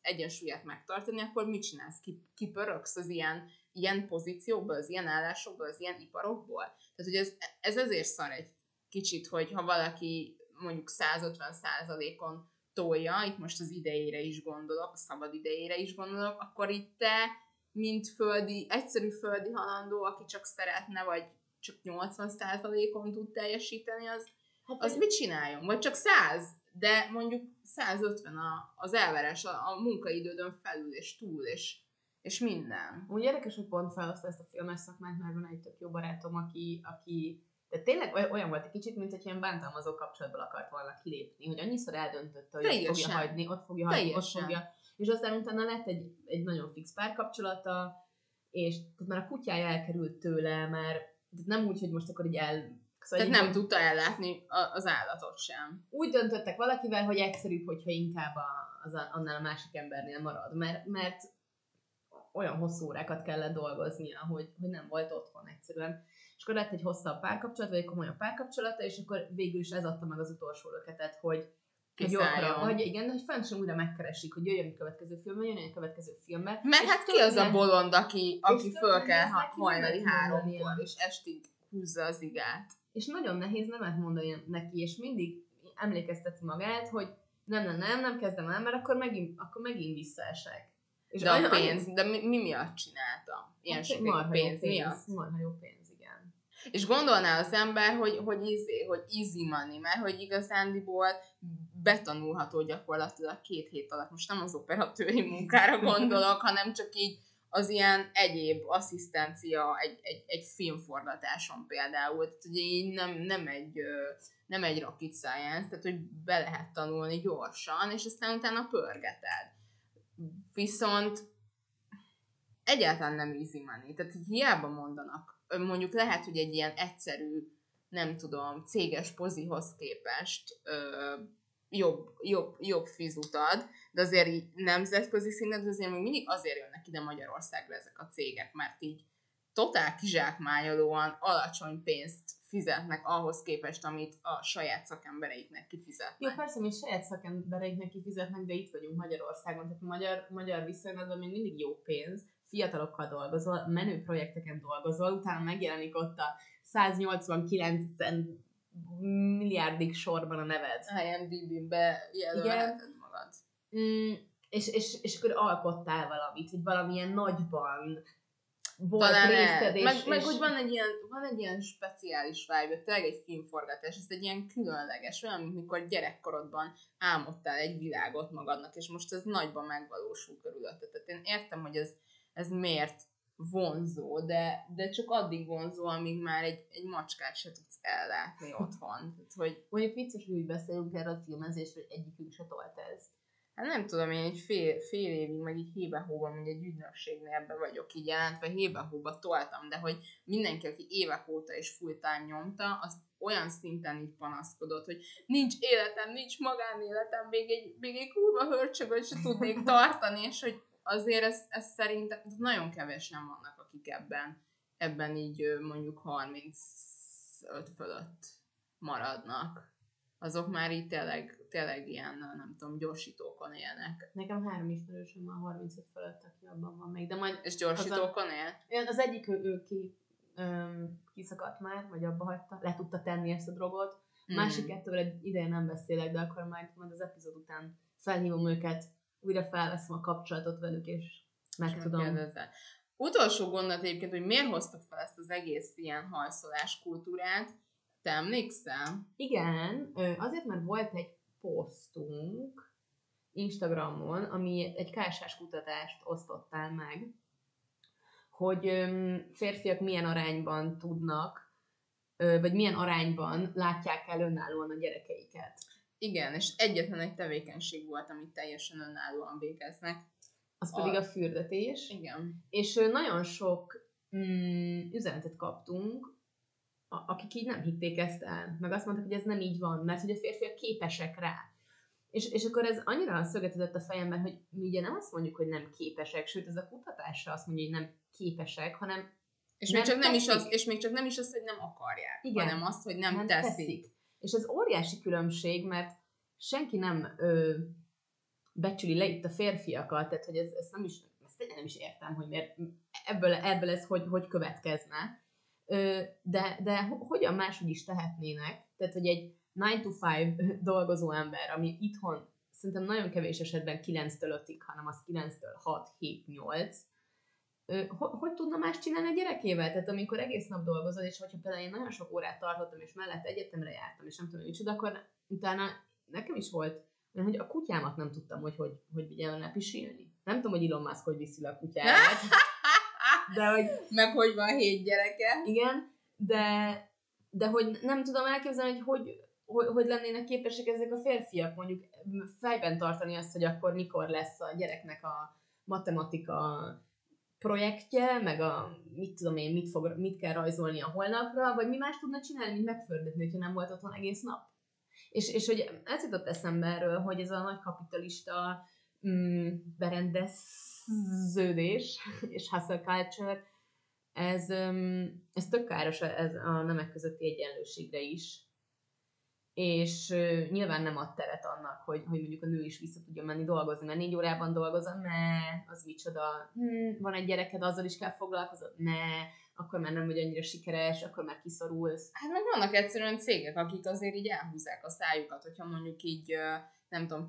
egyensúlyát megtartani, akkor mit csinálsz? Kipöröksz az ilyen pozíciókból, az ilyen állásokból, az ilyen iparokból? Tehát, hogy ez azért szar egy kicsit, hogy ha valaki mondjuk 150%-on tolja, itt most az idejére is gondolok, a szabad idejére is gondolok, akkor itt te, mint egyszerű földi halandó, aki csak szeretne, vagy csak 80%-on tud teljesíteni, az mit csináljon? Vagy csak 100, de mondjuk 150 az elvárás a munkaidődön felül és túl, és minden. Úgy érdekes, hogy pont felhozta ezt a filmes szakmát, mert van egy tök jó barátom, aki de tényleg olyan volt egy kicsit, mint hogy ilyen bántalmazó kapcsolatból akart volna kilépni, hogy annyiszor eldöntötte, hogy ott fogja hagyni, ott fogja. És aztán utána lett egy nagyon fix párkapcsolata, és már a kutyája elkerült tőle, mert nem úgy, hogy most akkor így Szóval tehát nem tudta ellátni az állatot sem. Úgy döntöttek valakivel, hogy egyszerűbb, hogyha inkább annál a másik embernél marad, mert olyan hosszú órákat kellett dolgoznia, hogy nem volt otthon egyszerűen. És akkor lett egy hosszabb párkapcsolat, vagy egy komolyabb párkapcsolata, és akkor végül is ez adta meg az utolsó löketet, hogy igen, hogy fent sem újra megkeresik, hogy jöjjön a következő filmbe. Mert hát ki az a bolond, aki föl kell hajnali 3-kor, és estig húzza az igát. És nagyon nehéz nemet mondani neki, és mindig emlékezteti magát, hogy nem kezdem el, mert akkor megint visszaesek. És de a pénz, de mi miatt csináltam? Ilyen sok pénz miatt? Marha jó pénz, igen. És gondolná az ember, hogy easy money, mert hogy igazándiból betanulható gyakorlatilag 2 hét alatt. Most nem az operatőri munkára gondolok, hanem csak így az ilyen egyéb asszisztencia egy filmforgatáson például. Tehát ugye így nem egy rocket science, tehát hogy be lehet tanulni gyorsan, és aztán utána pörgeted. Viszont egyáltalán nem easy money. Tehát hiába mondanak, mondjuk lehet, hogy egy ilyen egyszerű, nem tudom, céges pozihoz képest jobb fizut ad, de azért így nemzetközi szinten azért még mindig azért jönnek ide Magyarországra ezek a cégek, mert így totál kizsákmányolóan alacsony pénzt fizetnek ahhoz képest, amit a saját szakembereiknek kifizetnek. Jó, persze, mi saját szakembereiknek kifizetnek, de itt vagyunk Magyarországon, tehát magyar viszonylatban még mindig jó pénz, fiatalokkal dolgozol, menő projekteken dolgozol, utána megjelenik ott a 189 milliárdig sorban a neved. IMDb-be jelölheted magad. És akkor alkottál valamit, hogy valamilyen nagyban volt részed, meg hogy van egy ilyen speciális vibe, tényleg egy filmforgatás, ez egy ilyen különleges, olyan, mint mikor gyerekkorodban álmodtál egy világot magadnak, és most ez nagyban megvalósul körülötted. Tehát én értem, hogy ez miért vonzó, de csak addig vonzó, amíg már egy macskát se tudsz ellátni otthon. Tehát, hogy... Mondjuk vicces, hogy úgy beszélünk erről a filmezésről, hogy egyikünk se tolt ezt. Hát nem tudom, én egy fél évig, meg így hébe-hóba, mint egy ügynökségnél ebben vagyok így jelentve, hébe-hóba toltam, de hogy mindenki, aki évek óta és full-time nyomta, az olyan szinten így panaszkodott, hogy nincs életem, nincs magánéletem, még egy kurva hörcsögöt se tudnék tartani, és hogy azért ez szerintem nagyon kevesen vannak, akik ebben így mondjuk 35 fölött maradnak. Azok már így tényleg ilyen, nem tudom, gyorsítókon élnek. Nekem 3 ismerősöm van 35 fölött, aki abban van még. De majd és gyorsítókon él? Az egyik ő kiszakadt már, vagy abba hagyta, le tudta tenni ezt a drogot. Másik kettővel ideje nem beszélek, de akkor majd az epizód után felhívom őket, újra felveszem a kapcsolatot velük, és megtudom. Utolsó gondot egyébként, hogy miért hoztuk fel ezt az egész ilyen hajszolás kultúrát. Te emlékszel? Igen, azért, mert volt egy posztunk Instagramon, ami egy KSH kutatást osztottál meg, hogy férfiak milyen arányban tudnak, vagy milyen arányban látják el önállóan a gyerekeiket. Igen, és egyetlen egy tevékenység volt, amit teljesen önállóan végeznek. Az pedig a fürdetés. Igen. És nagyon sok üzenetet kaptunk, akik így nem hitték ezt el, meg azt mondták, hogy ez nem így van, mert hogy a férfiak képesek rá. És akkor ez annyira szögetedett a fejemben, hogy mi ugye nem azt mondjuk, hogy nem képesek, sőt ez a kutatásra azt mondja, hogy nem képesek, hanem és még csak nem is az, hogy nem akarják, igen, hanem azt, hogy nem teszik. És ez óriási különbség, mert senki nem becsüli le itt a férfiakat, tehát hogy ezt nem is értem, hogy miért ebből ez hogy következne. De hogyan máshogy is tehetnének, tehát hogy egy 9 to 5 dolgozó ember, ami itthon szerintem nagyon kevés esetben 9-től 5-ig, hanem az 9-től 6, 7, 8, hogy tudna más csinálni a gyerekével? Tehát amikor egész nap dolgozol, és hogyha például én nagyon sok órát tartottam, és mellett egyetemre jártam, és nem tudom, micsoda, akkor utána nekem is volt, hogy a kutyámat nem tudtam, hogy vigyen lepisilni. Nem tudom, hogy Elon Musk hogy viszi le a kutyáját. De hogy... Meg hogy van 7 gyereke. Igen, de hogy nem tudom elképzelni, hogy lennének képesek ezek a férfiak mondjuk fejben tartani azt, hogy akkor mikor lesz a gyereknek a matematika projektje, meg a mit tudom én, mit kell rajzolni a holnapra, vagy mi más tudna csinálni, mint megfördetni, hogyha nem volt otthon egész nap. És hogy ez jutott eszembe erről, hogy ez a nagy kapitalista berendeződés és hustle culture, ez tök káros ez a nemek közötti egyenlőségre is. És nyilván nem ad teret annak, hogy mondjuk a nő is vissza tudja menni dolgozni, mert 4 órában dolgozom, az micsoda, van egy gyereked, azzal is kell foglalkozod, akkor már nem vagy annyira sikeres, akkor már kiszorulsz. Hát meg vannak egyszerűen cégek, akik azért így elhúzzák a szájukat, hogyha mondjuk így, nem tudom,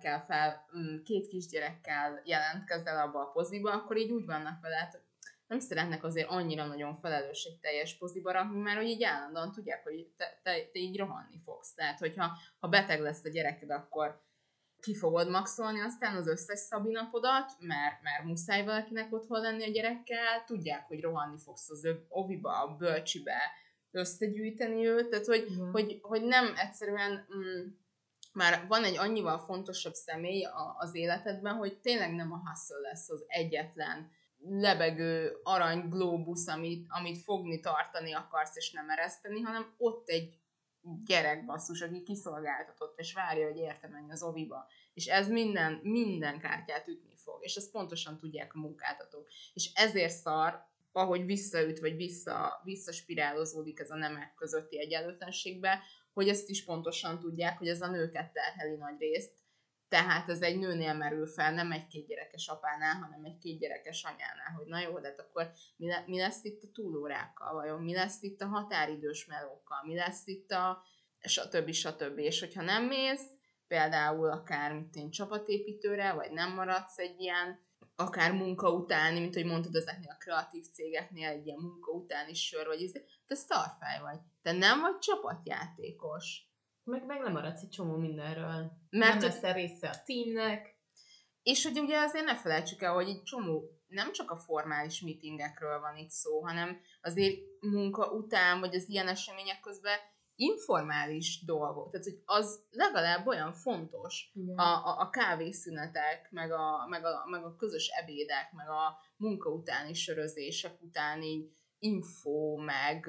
2 kisgyerekkel jelentkezel abba a poziba, akkor így úgy vannak vele, hogy nem szeretnek azért annyira nagyon felelősségteljes poziba rakni, mert hogy így állandóan tudják, hogy te így rohanni fogsz. Tehát, hogyha beteg lesz a gyereked, akkor ki fogod maxolni aztán az összes szabinapodat, mert muszáj valakinek otthon lenni a gyerekkel, tudják, hogy rohanni fogsz az oviba, a bölcsibe, összegyűjteni őt, tehát hogy nem egyszerűen már van egy annyival fontosabb személy az életedben, hogy tényleg nem a hustle lesz az egyetlen lebegő arany glóbusz, amit fogni, tartani akarsz, és nem ereszteni, hanem ott egy gyerek basszus, aki kiszolgáltatott, és várja, hogy érte menj az oviba. És ez minden kártyát ütni fog. És ezt pontosan tudják a munkáltatók. És ezért szar, ahogy visszaüt, vagy visszaspirálozódik ez a nemek közötti egyenlőtlenségbe, hogy ezt is pontosan tudják, hogy ez a nőket terheli nagy részt. Tehát ez egy nőnél merül fel, nem egy 2 gyerekes apánál, hanem egy 2 gyerekes anyánál, hogy na jó, de akkor mi lesz itt a túlórákkal, vajon mi lesz itt a határidős melókkal, mi lesz itt a stb. És hogyha nem mész, például akár csapatépítőre, vagy nem maradsz egy ilyen, akár munka utáni, mint hogy mondtad ezeknél a kreatív cégeknél, egy ilyen munka utáni sör, vagy te szarfej vagy, te nem vagy csapatjátékos. Meg lemaradsz egy csomó mindenről. Mert nem leszel része a teamnek. És hogy ugye azért ne felejtsük el, hogy egy csomó, nem csak a formális meetingekről van itt szó, hanem azért munka után, vagy az ilyen események közben informális dolgok. Tehát, hogy az legalább olyan fontos, a kávészünetek, meg a közös ebédek, meg a munka utáni sörözések utáni info, meg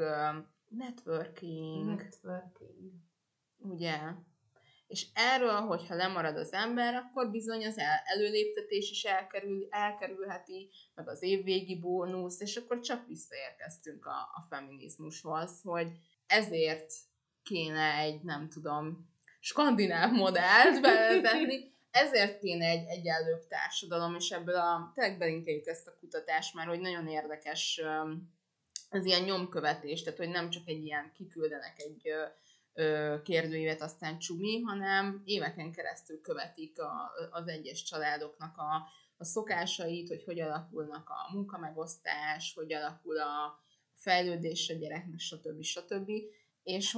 networking. Ugye? És erről, hogyha lemarad az ember, akkor bizony az előléptetés is elkerülheti, meg az évvégi bónusz, és akkor csak visszaérkeztünk a feminizmushoz, hogy ezért kéne egy, nem tudom, skandináv modellt bevezetni, ezért kéne egy egyenlőbb társadalom, és ebből tényleg belinkeljük ezt a kutatást, mert hogy nagyon érdekes az ilyen nyomkövetés, tehát hogy nem csak egy ilyen kiküldenek egy kérdőívet, aztán csumi, hanem éveken keresztül követik az egyes családoknak a szokásait, hogy alakulnak a munkamegosztás, hogy alakul a fejlődés a gyereknek, stb. És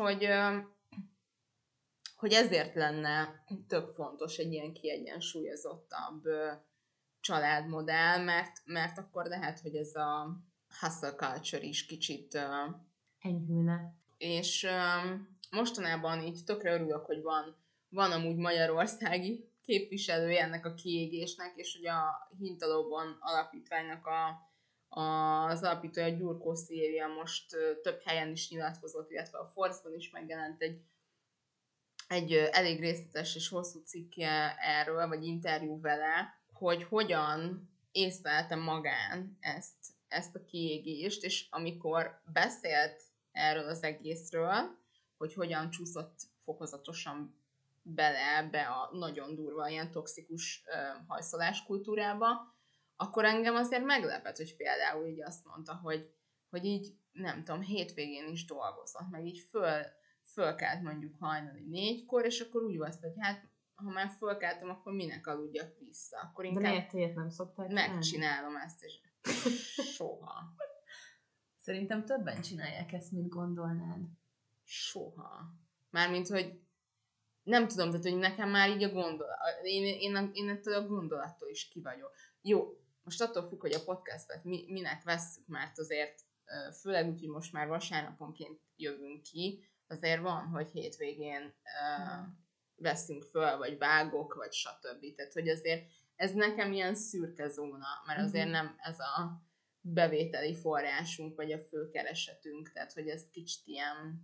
hogy ezért lenne tök fontos egy ilyen kiegyensúlyozottabb családmodell, mert akkor lehet, hogy ez a hustle culture is kicsit enyhülne. És mostanában így tökre örülök, hogy van amúgy magyarországi képviselője ennek a kiégésnek, és hogy a Hintalóban alapítványnak az alapítója Gyurkó Szilvia most több helyen is nyilatkozott, illetve a Force-ban is megjelent egy elég részletes és hosszú cikke erről, vagy interjú vele, hogy hogyan észlelte magán ezt a kiégést, és amikor beszélt erről az egészről, hogy hogyan csúszott fokozatosan bele ebbe a nagyon durva, ilyen toxikus hajszolás kultúrába, akkor engem azért meglepett, hogy például így azt mondta, hogy így, nem tudom, hétvégén is dolgozott, meg így fölkelt mondjuk hajnali 4-kor, és akkor úgy volt, hogy hát, ha már fölkeltem, akkor minek aludjak vissza. Akkor inkább de miért ilyet nem szokták megcsinálom ezt, és soha. Szerintem többen csinálják ezt, mint gondolnád. Soha. Mármint, hogy nem tudom, tehát, hogy nekem már így a gondolat, én ettől a gondolattól is ki vagyok. Jó, most attól függ, hogy a podcastet minek vesszük, mert azért főleg úgy, hogy most már vasárnaponként jövünk ki, azért van, hogy hétvégén veszünk föl, vagy vágok, vagy stb. Tehát, hogy azért ez nekem ilyen szürke zóna, mert azért nem ez a bevételi forrásunk, vagy a főkeresetünk, tehát, hogy ez kicsit ilyen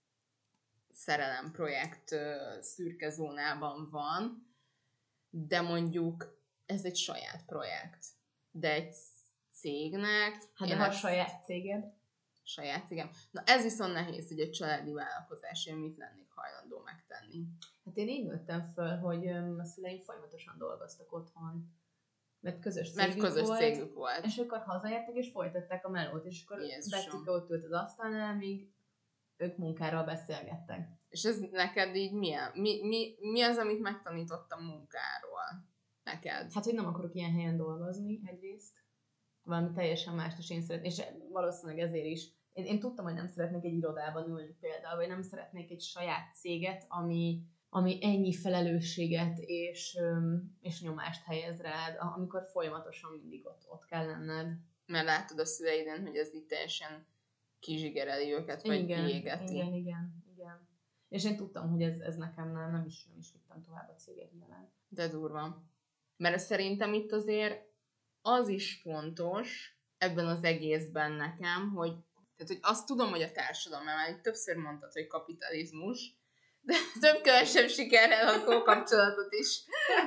szerelemprojekt szürke zónában van, de mondjuk ez egy saját projekt. De egy cégnek... Hát de ha a saját céged? Saját cégem. Na ez viszont nehéz, hogy egy családi vállalkozás, én mit lennék hajlandó megtenni. Hát én így nőttem föl, hogy a szüleim folyamatosan dolgoztak otthon. Mert közös cégük volt. És akkor hazaértek, és folytatták a melót, és akkor Bettike ott ült az asztalnál, míg ők munkáról beszélgettek. És ez neked így milyen? Mi az, amit megtanítottam munkáról neked? Hát, hogy nem akarok ilyen helyen dolgozni egyrészt. Valami teljesen mást is én szeretném. És valószínűleg ezért is. Én tudtam, hogy nem szeretnék egy irodában ülni például, vagy nem szeretnék egy saját céget, ami ennyi felelősséget és nyomást helyez rád, amikor folyamatosan mindig ott kell lenned. Mert látod a szüleiden, hogy ez így teljesen kizsigereli őket, vagy kiégeti. Igen. És én tudtam, hogy ez nekem nem is vittem tovább a céget jelen. De durva. Mert szerintem itt azért az is fontos ebben az egészben nekem, hogy azt tudom, hogy a társadalom, mert már többször mondtad, hogy kapitalizmus, de több-kevesebb sikerrel a szókapcsolatot is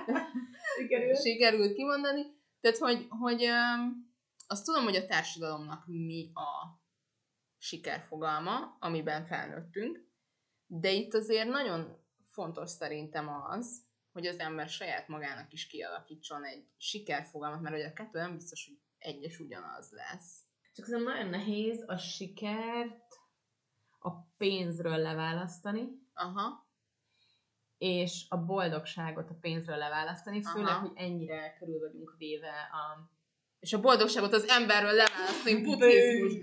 sikerült kimondani. Tehát, hogy azt tudom, hogy a társadalomnak mi a sikerfogalma, amiben felnőttünk, de itt azért nagyon fontos szerintem az, hogy az ember saját magának is kialakítson egy sikerfogalmat, mert hogy a kettő nem biztos, hogy egyes ugyanaz lesz. Csak szerintem nagyon nehéz a sikert a pénzről leválasztani, és a boldogságot a pénzről leválasztani, főleg, hogy ennyire körül vagyunk véve a... És a boldogságot az emberről leválasztani, buddhizmus.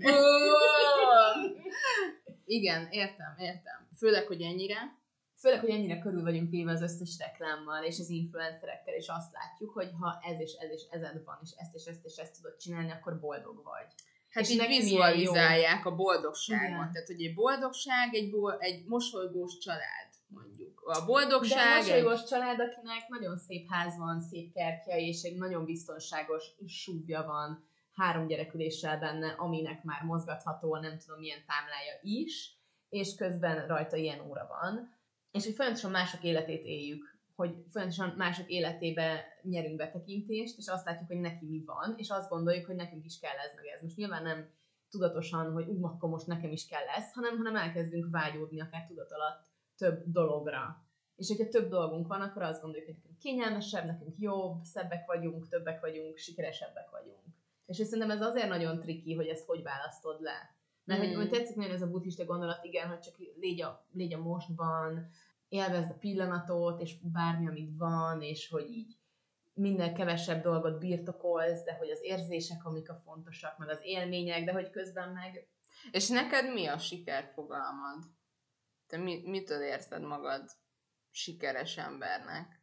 Igen, értem. Főleg, hogy ennyire körül vagyunk véve az összes reklámmal, és az influencerekkel, és azt látjuk, hogy ha ez és ezed van, és ezt tudod csinálni, akkor boldog vagy. Hát így vizualizálják a boldogságot. Igen. Tehát, hogy egy boldogság, egy mosolygós család, mondjuk. A boldogság... De mosolygós család, akinek nagyon szép ház van, szép kertje, és egy nagyon biztonságos súvja van, 3 gyereküléssel benne, aminek már mozgatható, nem tudom milyen támlája is, és közben rajta ilyen óra van. És hogy folyamatosan mások életét éljük, hogy folyamatosan mások életébe nyerünk betekintést, és azt látjuk, hogy neki mi van, és azt gondoljuk, hogy nekünk is kell ez meg ez. Most nyilván nem tudatosan, hogy akkor most nekem is kell ez, hanem elkezdünk vágyódni akár tudat alatt több dologra. És hogyha több dolgunk van, akkor azt gondoljuk, hogy nekünk kényelmesebb, nekünk jobb, szebbek vagyunk, többek vagyunk, sikeresebbek vagyunk. És szerintem ez azért nagyon triki, hogy ezt hogy választod le. Mert hogy tetszik nagyon ez a buddhista gondolat, igen, hogy csak légy a mostban, élvezd a pillanatot, és bármi, amit van, és hogy így minden kevesebb dolgot birtokolsz, de hogy az érzések, amik a fontosak, meg az élmények, de hogy közben meg... És neked mi a sikerfogalmad? Te mitől érzed magad sikeres embernek?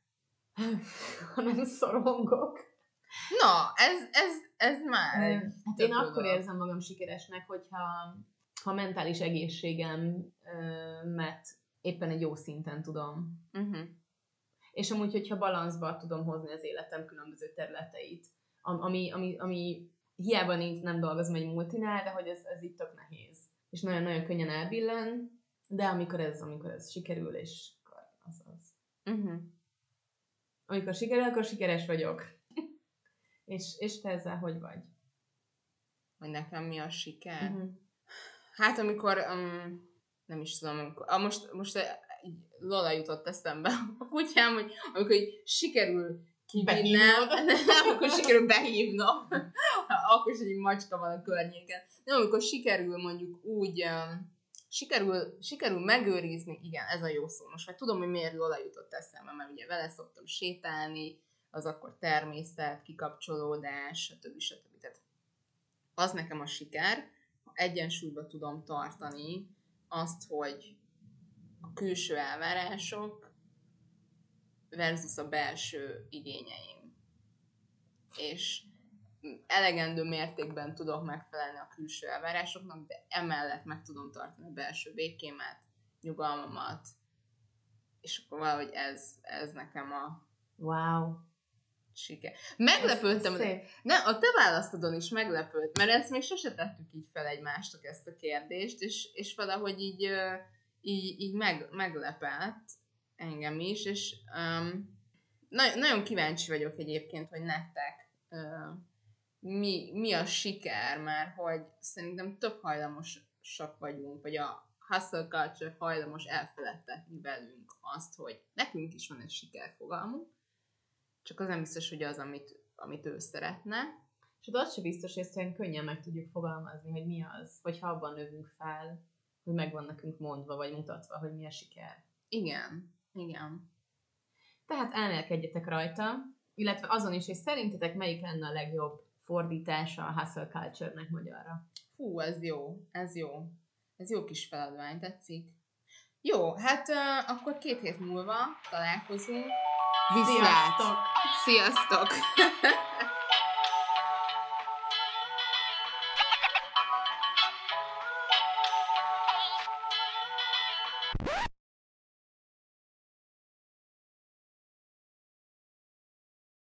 Ha nem szorongok. Na, ez már... Hát én akkor érzem magam sikeresnek, hogyha mentális egészségemet éppen egy jó szinten tudom. És amúgy, hogyha balanszba tudom hozni az életem különböző területeit, ami hiába nem dolgozom egy multinál, de hogy ez így tök nehéz. És nagyon-nagyon könnyen elbillen, de amikor ez sikerül, és akkor az. Amikor sikerül, akkor sikeres vagyok. És te ezzel hogy vagy? Hogy nekem mi a siker? Hát amikor, nem is tudom, amikor, most Lola jutott eszembe a kutyám, hogy amikor így sikerül kivinnem, nem, amikor sikerül behívnom, akkor is egy macska van a környéken. Nem, amikor sikerül mondjuk úgy, sikerül megőrizni, igen, ez a jó szó most, vagy tudom, hogy miért Lola jutott eszembe, mert ugye vele szoktam sétálni, az akkor természet, kikapcsolódás, stb. Tehát az nekem a siker, ha egyensúlyba tudom tartani azt, hogy a külső elvárások versus a belső igényeim. És elegendő mértékben tudok megfelelni a külső elvárásoknak, de emellett meg tudom tartani a belső békémet, nyugalmamat, és akkor valahogy ez nekem a siker. Meglepődtem, nem, a te választodon is meglepődt, mert ezt még sose tettük így fel egymásnak ezt a kérdést, és valahogy így meglepett engem is, és nagyon kíváncsi vagyok egyébként, hogy nektek mi a siker, mert hogy szerintem több hajlamosak vagyunk, vagy a hustle culture hajlamos elfeledtetni velünk azt, hogy nekünk is van egy sikerfogalmunk, csak az nem biztos, hogy az, amit ő szeretne. És az sem biztos, hogy ezt könnyen meg tudjuk fogalmazni, hogy mi az, hogyha abban növünk fel, hogy meg van nekünk mondva, vagy mutatva, hogy mi a siker. Igen. Tehát elmélkedjetek rajta, illetve azon is, hogy szerintetek melyik lenne a legjobb fordítása a hustle culture-nek magyarra. Fú, ez jó. Ez jó kis feladvány, tetszik. Jó, hát akkor 2 hét múlva találkozunk. Viszlát! Sziasztok!